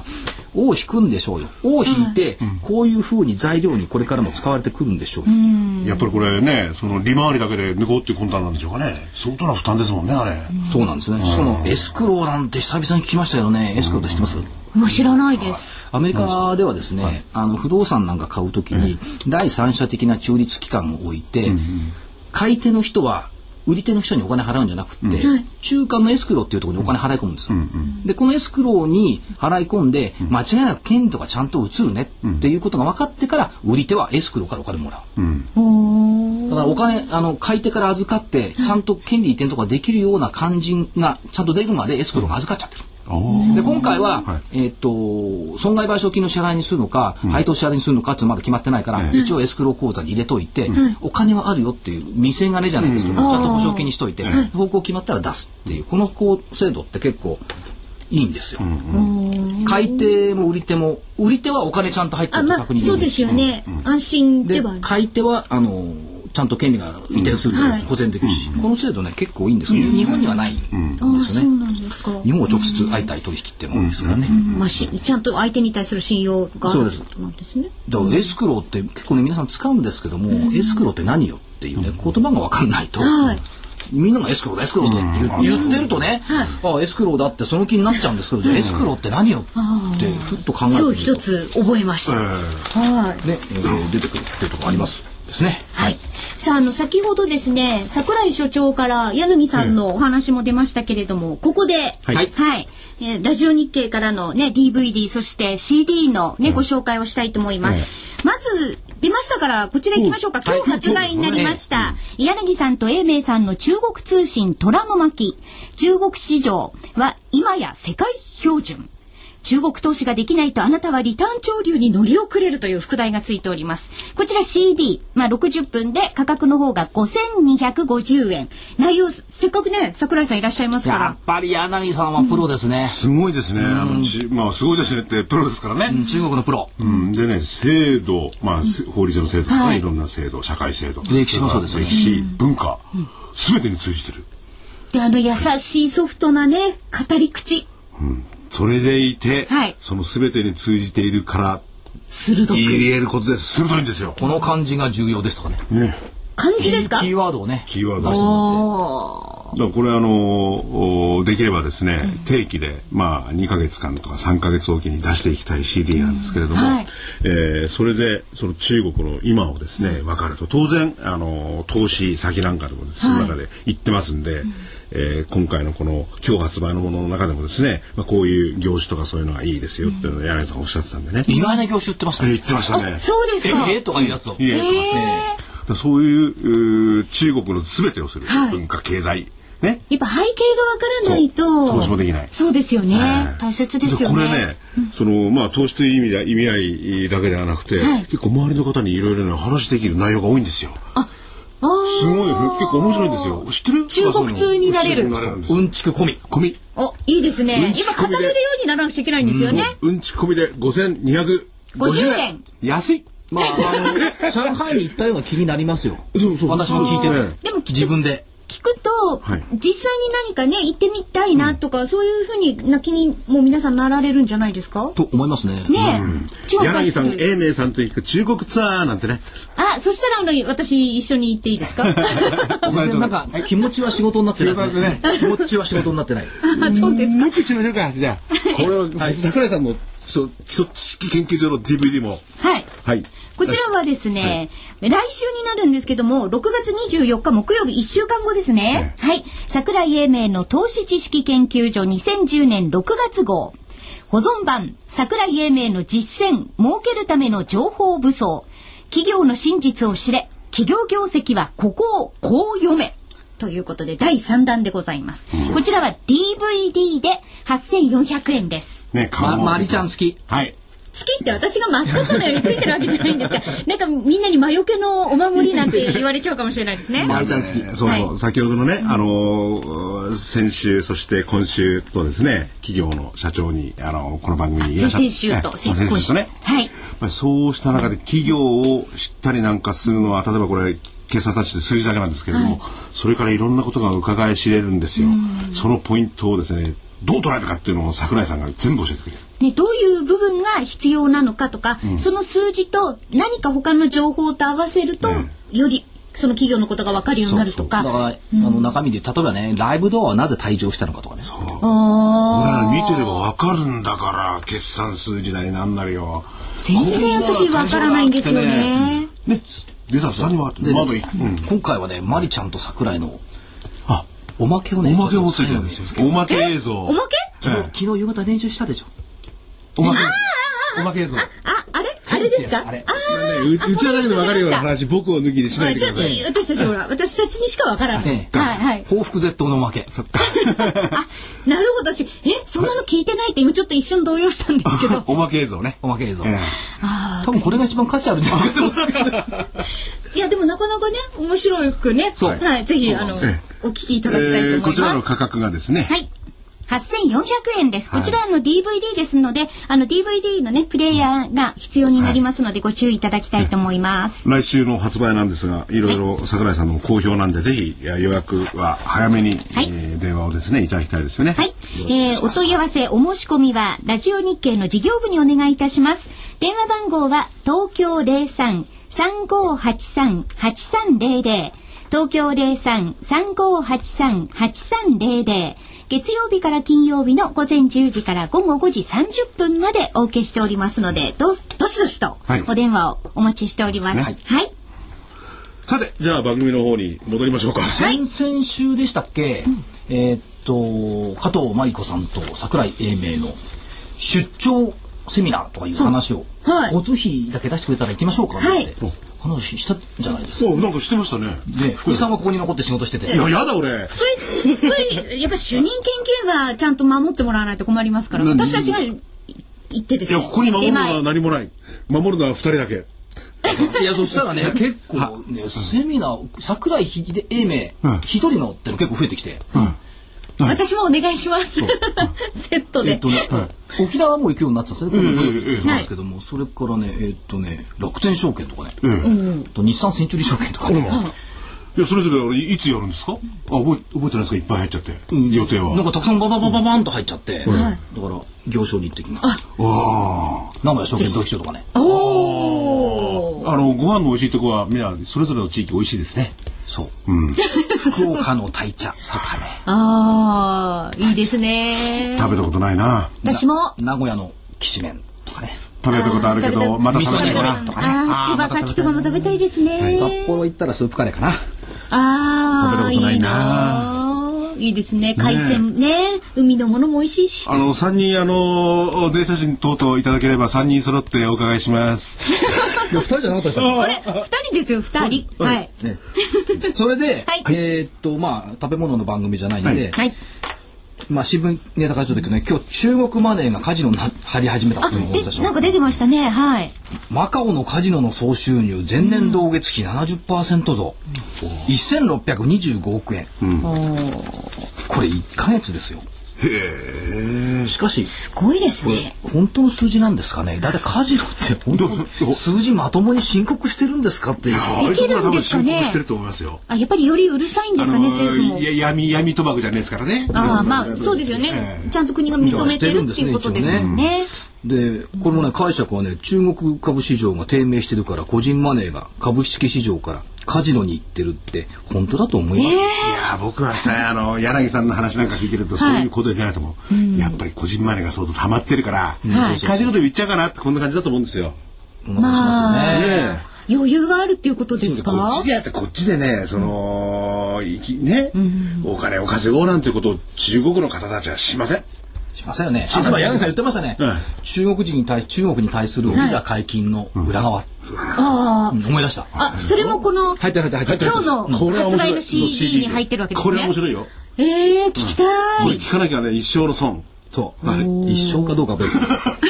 Speaker 1: 尾を引くんでしょうよ。尾を引いて、うん、こういうふうに材料にこれからも使われてくるんでしょうよ。うん、
Speaker 3: やっぱりこれね、その利回りだけで抜こうっていう魂胆なんでしょうかね。相当な負担ですもんね、あれ。
Speaker 1: うん、そうなんですね。しかもエスクローなんて久々に聞きましたよね。エスクローって知ってます？
Speaker 2: もう知らないです。
Speaker 1: アメリカではですね、はい、あの不動産なんか買うときに第三者的な中立機関を置いて、うんうん、買い手の人は売り手の人にお金払うんじゃなくて、うん、中間のエスクローっていうところにお金払い込むんですよ、うんうん、でこのエスクローに払い込んで、うん、間違いなく権利とかちゃんと移るねっていうことが分かってから売り手はエスクローからお金もらう、うん、だからお金あの買い手から預かってちゃんと権利移転とかできるような肝心がちゃんと出るまでエスクローが預かっちゃってる。で今回は、はい、えー、と損害賠償金の支払いにするのか、うん、配当支払いにするのかってまだ決まってないから、うん、一応エスクロー口座に入れといて、うん、お金はあるよっていう見せ金じゃないですけど、うん、ちゃんと保証金にしといて、うん、方向決まったら出すっていうこの制度って結構いいんですよ、うんうん、買い手も売り手も売り手はお金ちゃんと入ってると確認できるし、
Speaker 2: まあ、そうですよね、うん、安心では
Speaker 1: で買い手はあのちゃんと権利が移転するので保全できるし、うん、この制度ね結構いいんですけど、うん、日本にはないんですよね、うん、あ、そうなんですか。日本は直接相対取引っていうのが多いですからね、うんうん、
Speaker 2: まあ、しちゃんと相手に対する信用があることなんですね。
Speaker 1: だからエスクローって結構ね皆さん使うんですけども、うん、エスクローって何よっていうね言葉が分かんないと、はい、みんながエスクローだエスクローだって 言,、うん、言ってるとね、はい、あエスクローだってその気になっちゃうんですけど、じゃあエスクローって何よってふっと考えてみると
Speaker 2: 今日一つ覚えました、えー、はい、
Speaker 1: で、えー、出てくるっていうところありますですね。
Speaker 2: はい。さあ、あの先ほどですね、櫻井所長から柳さんのお話も出ましたけれども、ここで、はい、はい、えー、ラジオ日経からのね ディーブイディー そして シーディー のね、うん、ご紹介をしたいと思います。うん、まず出ましたからこちら行きましょうか。うん、今日発売になりました、はい、柳さんと英明さんの中国通信虎の巻。中国市場は今や世界標準。中国投資ができないとあなたはリターン潮流に乗り遅れるという副題がついております。こちら シーディー、まあ、ろくじゅっぷんで価格の方がごせんにひゃくごじゅうえん。内容せっかくね櫻井さんいらっしゃいますから
Speaker 1: やっぱり柳さんはプロですね、
Speaker 3: うん、すごいですね、うん、あのまあ、すごいですねってプロですからね、
Speaker 1: うん、中国のプロ、
Speaker 3: うん、でね制度、まあ、法律の制度とかね、はい、いろんな制度社会制度
Speaker 1: 歴史もそうですね、
Speaker 3: 歴史文化、すべ、うん、てに通じてる
Speaker 2: であの優しいソフトなね語り口、
Speaker 3: うん、それでいて、はい、その全てに通じているから
Speaker 2: 鋭く
Speaker 3: 言えることです。鋭いんですよ。
Speaker 1: この漢字が重要ですとかね。ね、
Speaker 2: 漢字ですか？
Speaker 1: キーワードをね。
Speaker 3: キーワードを出してもらって。だからこれあのできればですね、うん、定期でまあにかげつかんとかさんかげつおきに出していきたい シーディー なんですけれども、うん、はい、えー、それでその中国の今をですね、うん、分かると当然あの投資先なんかでもその中で言ってますんで。はい、うん、えー、今回のこの今日発売のものの中でもですね、まあ、こういう業種とかそういうのがいいですよっていうのを柳さんおっしゃってたんでね、
Speaker 1: 意外な業種言ってましたね、
Speaker 3: えー、言ってましたね。
Speaker 2: そうですか。
Speaker 1: えー、とかいうやつを、
Speaker 3: えーえー、そういう中国の全てをする、はい、文化経済ね、
Speaker 2: やっぱ背景がわからないと
Speaker 3: 投資もできない。
Speaker 2: そうですよね、えー、大切ですよね。
Speaker 3: これね、うん、そのまあ投資という意味で意味合いだけではなくて、はい、結構周りの方にいろいろな話できる内容が多いんですよ。あ、すごい結構面白いんですよ。知ってる？
Speaker 2: 中国通になれる。
Speaker 1: うんちく込み
Speaker 3: 込み。
Speaker 2: お、いいですね。今語れるようにならなくちゃいけないんですよね。
Speaker 3: うん、うんちく込みでごせんにひゃくごじゅうえん。安い。
Speaker 1: まあ、あの上海に行ったような気になりますよ。そうそう。私も聞いてる。でも自分で。
Speaker 2: 聞くと、はい、実際に何かね行ってみたいなとか、うん、そういうふうにな気にもう皆さんなられるんじゃないですか
Speaker 1: と思いますね。
Speaker 2: ね、
Speaker 3: うん、柳さん、英明さんと行く中国ツアーなんてね。
Speaker 2: あ、そしたらあの私一緒に行っていいですか？
Speaker 1: なんか気持ちは仕事になってないですね。気持ちは仕事になってない。
Speaker 2: あ、そうですか。
Speaker 3: もう一個一ましょうか。じゃあこれは、はい、桜井さんの基礎知識研究所の ディーブイディー も。
Speaker 2: はい。
Speaker 3: はい。
Speaker 2: こちらはですね、はい、来週になるんですけども、ろくがつにじゅうよっか木曜日いっしゅうかんごですね。はい。はい、桜井英明の投資知識研究所にせんじゅうねんろくがつ号。保存版、桜井英明の実践、儲けるための情報武装。企業の真実を知れ。企業業績はここをこう読め。ということでだいさんだんでございます。うん、こちらは ディーブイディー ではっせんよんひゃくえんです。
Speaker 3: ね、
Speaker 1: ま、まりちゃん好き。
Speaker 3: はい。
Speaker 2: 好きって私がマスコットのようについてるわけじゃないんですか。なんかみんなに魔除けのお守りなんて言われちゃうかもしれないですね。
Speaker 1: まりちゃん好き。
Speaker 3: そう、はい、先ほどのね、あのー、先週そして今週とですね、企業の社長にあのー、この番組にいらっしゃって、
Speaker 2: 先週と先々週ね、はい。
Speaker 3: そうした中で企業を知ったりなんかするのは、例えばこれ決算たちで数字だけなんですけれども、はい、それからいろんなことが伺い知れるんですよ。そのポイントをですね、 どう捉えるかっていうのを桜井さんが全部教えてくれる。
Speaker 2: ね、どういう部分が必要なのかとか、うん、その数字と何か他の情報と合わせると、ね、よりその企業のことが分かるようになるとか。
Speaker 1: そうそうだから、うん、あの中身で例えばね、ライブドアはなぜ退場したのかとかね。
Speaker 3: そう。ああ。見てれば分かるんだから決算数字なりなんなりよ。
Speaker 2: 全然私分からないんですよね。
Speaker 3: ね。出たさにはまだ、うん、
Speaker 1: 今回はね、マリちゃんと桜井のあおまけをね、
Speaker 3: おまけをついてるんですよ。おまけ映像。
Speaker 2: おまけ？
Speaker 1: 昨日、昨日夕方練習したでしょ。
Speaker 3: おまけ。おまけ映像。
Speaker 2: あ、あれあれですか？
Speaker 3: あれ。うちはだけで分かるような話、僕を抜きでしないでください。
Speaker 2: 私たちほら、私たちにしか分からない。はいはい。
Speaker 1: 報復絶倒のおまけ。
Speaker 2: そっか。あ、なるほど。私、え、そんなの聞いてないって今ちょっと一瞬動揺したんですけど。
Speaker 3: おまけ映像ね。
Speaker 1: おまけ映像。多分これが一番価値あるんじゃないかと。
Speaker 2: いやでもなかなかね面白くね。はい。ぜひあのお聞きいただきたいと思います。
Speaker 3: こちらの価格がですね。
Speaker 2: はい。はっせんよんひゃくえんです。こちらの ディーブイディー ですので、あの ディーブイディー のねプレイヤーが必要になりますので、ご注意いただきたいと思います。
Speaker 3: 来週の発売なんですが、いろいろ桜井さんの好評なんで、ぜひ予約は早めに、はい、えー、電話をですねいただきたいですよね。
Speaker 2: はい。えー、お問い合わせお申し込みはラジオ日経の事業部にお願いいたします。電話番号は東京ゼロさん さんごはちさん はちさんゼロゼロ、東京ゼロさん さんごはちさん はちさんゼロゼロ。月曜日から金曜日の午前じゅうじから午後ごじさんじゅっぷんまでお受けしておりますので、どどしどしとお電話をお待ちしております。はい。はい、
Speaker 3: さて、じゃあ番組の方に戻りましょうか。
Speaker 1: 先々週でしたっけ、うん、えー、っと加藤真理子さんと櫻井英明の出張セミナーとかいう話を、はい、交通費だけ出してくれたら行きましょうかって、はい、話したんじゃないですか。
Speaker 3: なんかしてましたね。
Speaker 1: で、福井さんはここに残って仕事してて。
Speaker 3: いや、やだ俺。
Speaker 2: 福井、福井、やっぱ主任研究はちゃんと守ってもらわないと困りますから、私たちが行ってですね。
Speaker 3: いや、ここに守るのは何もない。守るのは二人だけ。
Speaker 1: いや、そしたらね、結構ね、セミナー、櫻井英明、一人のっての結構増えてきて。うん
Speaker 2: 私もお願いします。セットで。
Speaker 1: えっとね、沖縄も行くようになってたんですね。この土曜日行ってますけども、それからね、えっとね、楽天証券とかね、と日産センチュリー証券とかね。
Speaker 3: いや、それぞれいつやるんですか？あ、覚え覚えてないですか？いっぱい入っちゃって、予定は。
Speaker 1: なんかたくさんバババババンと入っちゃって、だから行商に行ってきます。ああ。名古屋証券取引所とかね。
Speaker 2: お
Speaker 3: お。あのご飯の美味しいところはみんなそれぞれの地域美味しいですね。
Speaker 1: そう、うん、福岡の鯛茶とかね。
Speaker 2: ああ、いいですね。
Speaker 3: 食べたことないな。
Speaker 2: 私も。
Speaker 1: 名古屋のきしめんとかね。
Speaker 3: 食べたことあるけどまだ食べないかなとかね。
Speaker 2: ああ、手羽先とかも食べたいですね。
Speaker 1: 札幌行ったらスープカレーかな。
Speaker 2: ああ、
Speaker 3: 食べたことないな。
Speaker 2: いいですね。海鮮ね、海のものも美味しいし。
Speaker 3: あの三人あのデータ写真等々いただければ三人揃ってお伺いします。
Speaker 1: 二人じゃなかったですか？
Speaker 2: あれ、二人ですよ、二人。はい。
Speaker 1: それで、えっとまあ食べ物の番組じゃないんで、まあ新聞ネタからちょっと今日中国マネーがカジノに張り始めたっていうのをお伝えしました。
Speaker 2: なんか出てましたね。はい。
Speaker 1: マカオのカジノの総収入前年同月比 ななじゅっパーセント 増、せんろっぴゃくにじゅうごおくえん。これいっかげつですよ。
Speaker 3: へえ。
Speaker 1: しかし
Speaker 2: すごいですね。
Speaker 1: 本当の数字なんですかね。だってカジノって本当に数字まともに申告してるんですかっていう。
Speaker 2: できるんですかね。
Speaker 3: してると思いますよ。
Speaker 2: あ、やっぱりよりうるさいんですかね、政府も。
Speaker 3: いや、闇闇賭博じゃないですからね。
Speaker 2: ああ、まあそうですよね。ちゃんと国が認めてるっていうことですよね。
Speaker 1: でこれもね解釈はね、中国株市場が低迷してるから個人マネーが株式市場からカジノに行ってるって本当だと思います。
Speaker 3: えー、いや僕はさあの柳さんの話なんか聞いてるとそういうことじゃないと思う、はい、やっぱり個人マネーが相当溜まってるから、はい、カジノでも行っちゃうかなってこんな感じだと思うんですよ。
Speaker 2: まあ、ねね、余裕があるっていうことですか？
Speaker 3: こっちでやってこっちでねその、うん、ね、うん、お金を稼ごうなんてことを中国の方たちはしません。
Speaker 1: しませんよね。あ、つまり柳さん言ってましたね。はい、中国人に対し中国に対するビザ解禁の裏側。はい、ああ、思い出した。
Speaker 2: あ、それもこの
Speaker 1: 入ってる入ってる入ってる。
Speaker 2: 今日の発売の シーディー に入ってるわけですね。
Speaker 3: これ面白いよ。
Speaker 2: ええー、聞きたい。
Speaker 3: これ聞かなきゃね一生の損。
Speaker 1: そう。一生かどうかは別に。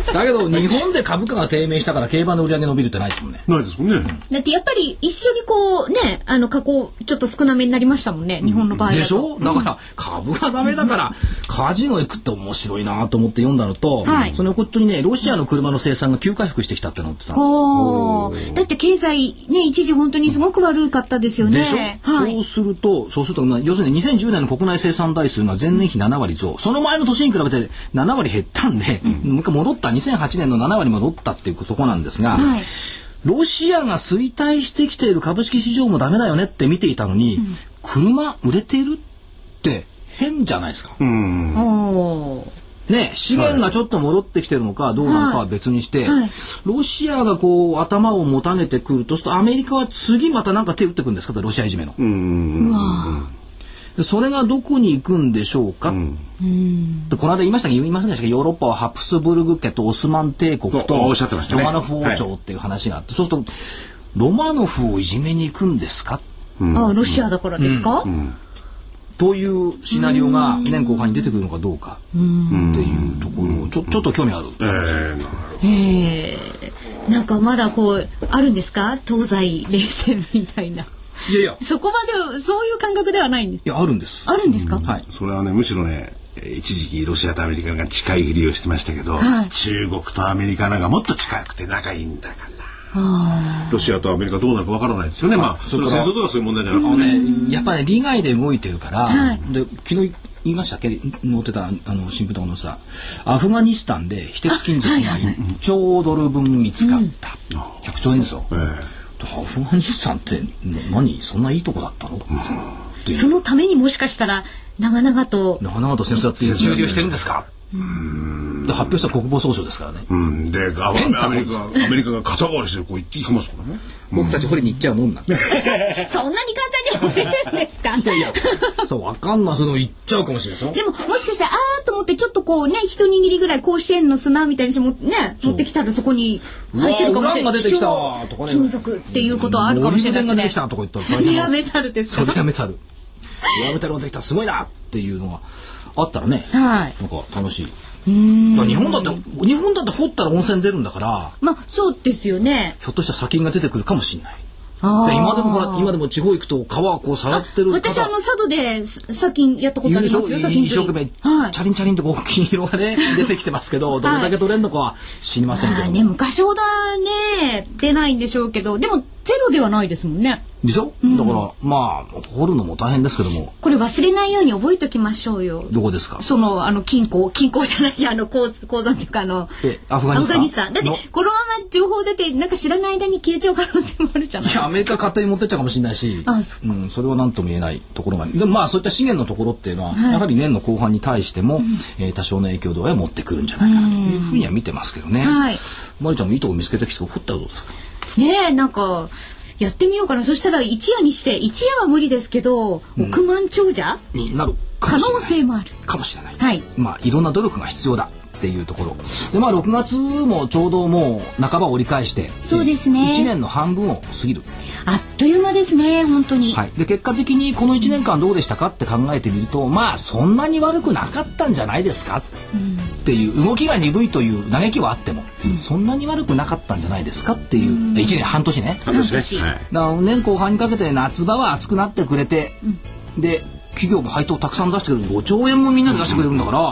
Speaker 1: だけど日本で株価が低迷したから競馬の売り上げ伸びるってないですもんね。
Speaker 3: ないですもんね。
Speaker 2: だってやっぱり一緒にこうね、あの加工ちょっと少なめになりましたもんね、日本の場合だと。
Speaker 1: でしょ。だから株がダメだからカジノ行くって面白いなと思って読んだのと、はい、そのこっちにねロシアの車の生産が急回復してきたってなってたんです
Speaker 2: よ。だって経済ね一時本当にすごく悪かったですよね。
Speaker 1: でしょ、はい、そうするとそうすると、まあ、要するににせんじゅうねんの国内生産台数が前年比ななわり増、その前の年に比べてななわり減ったんで、うん、もう一回戻ったにせんはちねんのななわり戻ったっていうところなんですが、はい、ロシアが衰退してきている株式市場もダメだよねって見ていたのに、うん、車売れているって変じゃないですか。うんおね、資源がちょっと戻ってきてるのかどうなのかは別にして、はいはい、ロシアがこう頭をもたげてくるとするとアメリカは次またなんか手打ってくるんですかと、ロシアいじめの。うんうわそれがどこに行くんでしょうか、うん、でこの間言いましたが言いませんでしたがヨーロッパはハプスブルグ家とオスマン帝国とロマノフ王朝っていう話があって、はい、そうするとロマノフをいじめに行くんですか、
Speaker 2: うん、あロシアだからですか、うんうん
Speaker 1: というシナリオが年後半に出てくるのかどうかっていうところをちょ、ちょっと興味ある。
Speaker 2: えー、えー、なんかまだこうあるんですか東西冷戦みたいな。
Speaker 1: いやいや
Speaker 2: そこまでそういう感覚ではないんです。
Speaker 1: いやあるんです。
Speaker 2: あるんですか、うん、
Speaker 3: はい。それはねむしろね一時期ロシアとアメリカが近いふりをしてましたけど、はい、中国とアメリカなんかもっと近くて仲いいんだから。ロシアとアメリカどうなるかわからないですよね。まあそれ戦争とかそういう問題じゃなくて、
Speaker 1: ね、やっぱり、ね、利害で動いてるから、はい、で昨日言いましたっけ載ってたあの新聞とかのさアフガニスタンで非鉄金属がいっちょうドル分見つかった、うん、ひゃくちょうえんですよ、えー、アフガニスタンって何そんないいとこだったの、
Speaker 2: うん、そのためにもしかしたら長々と
Speaker 1: 長々と戦争やって駐留してるんですか。うんで発表した国防総省ですからね。
Speaker 3: うん、でアメリカアメリカが肩代わりしてこう言っていきますからね。
Speaker 1: 僕たち掘りに行っちゃうもんなんで。
Speaker 2: そんなに簡単に掘れるんですか。
Speaker 1: いやいやそうわかんないその行っちゃうかもしれないですよ。
Speaker 2: でももしかしたらあーと思ってちょっとこうね一握りぐらい甲子園の砂みたいにしてもね持ってきたらそこに入ってるかもしれない。
Speaker 1: 出てきたとかね。
Speaker 2: 金属っていうことはあるかもしれないですね。
Speaker 1: が出てきたとか言ったら。
Speaker 2: レアメタルですか。
Speaker 1: レアメタル。レアメタルができたらすごいなっていうのがあったらね。はい。なんか楽しい。うん日本だって日本だって掘ったら温泉出るんだから
Speaker 2: まあそうですよね。
Speaker 1: ひょっとしたら砂金が出てくるかもしれない。あ今でもほら今でも地方行くと川をこう触ってる。
Speaker 2: 私あの佐渡で砂金やったことありますよ。
Speaker 1: 一生懸命、はい、チャリンチャリンってこう金色がね出てきてますけどどれだけ取れるのかは知りませんけど、はい
Speaker 2: ね、昔ほどね出ないんでしょうけどでもゼロではないですもんね。
Speaker 1: でしょ、うん、だからまあ掘るのも大変ですけども
Speaker 2: これ忘れないように覚えておきましょうよ。
Speaker 1: どこですか。
Speaker 2: そのあの金庫金庫じゃないあの鉱山っていうかあの
Speaker 1: アフガニスタン
Speaker 2: だってこのまま情報出てなんか知らない間に消えちゃう可能性もあるじゃないですか。
Speaker 1: いやアメリカ勝手に持ってっちゃうかもしれないしあ そ,、うん、それは何とも言えないところがでもまあそういった資源のところっていうのは、はい、やはり年の後半に対しても、うんえー、多少の影響度は持ってくるんじゃないかなというふうには見てますけどね。はい、まりちゃんもいいとこ見つけてきて掘ったらどうですか。
Speaker 2: ねえなんかやってみようかな。そしたら一夜にして一夜は無理ですけど、うん、億万長者
Speaker 1: になる
Speaker 2: 可能性もある
Speaker 1: かもしれない。はい、まあいろんな努力が必要だっていうところでまあろくがつもちょうどもう半ば折り返して
Speaker 2: そうですねい
Speaker 1: ちねんの半分を過ぎる
Speaker 2: あっという間ですね本当に、
Speaker 1: はい、で結果的にこのいちねんかんどうでしたかって考えてみるとまあそんなに悪くなかったんじゃないですかっていう動きが鈍いという嘆きはあっても、うん、そんなに悪くなかったんじゃないですかっていう、うん、いちねん半年ね
Speaker 3: 半年ね、はい、
Speaker 1: だから年後半にかけて夏場は暑くなってくれて、うん、で企業も配当をたくさん出してくれるごちょうえんもみんなで出してくれるんだから、うん、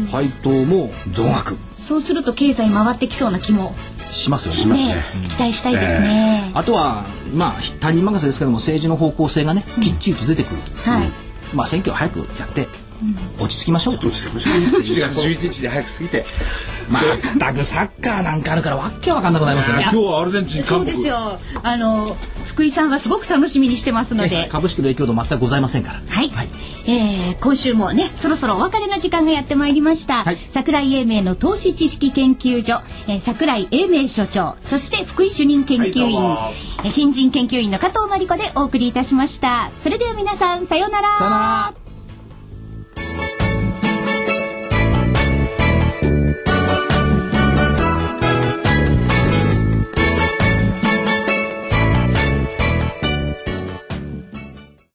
Speaker 1: 配当も増額
Speaker 2: そうすると経済回ってきそうな気も
Speaker 1: しますよね。
Speaker 3: しますね、
Speaker 2: うん、期待したいですね、
Speaker 1: えー、あとはまあ他人任せですけども政治の方向性がね、うん、きっちりと出てくる、はいうん、まあ選挙は早くやって落ち着きましょう。
Speaker 3: 落ち着きましょう。しちがつじゅういちにちで早く過ぎて。
Speaker 1: まったくサッカーなんかあるからわけわかんなくなりますよね。
Speaker 3: 今日はアルゼンチン
Speaker 2: そうですよ。あの福井さんはすごく楽しみにしてますので。
Speaker 1: 株式の影響度全くございませんから。
Speaker 2: はい。はい、えー、今週もねそろそろお別れの時間がやってまいりました。はい、櫻井英明の投資知識研究所、えー、櫻井英明所長、そして福井主任研究員、はい、新人研究員の加藤真理子でお送りいたしました。それでは皆さんさようなら。
Speaker 1: さようなら。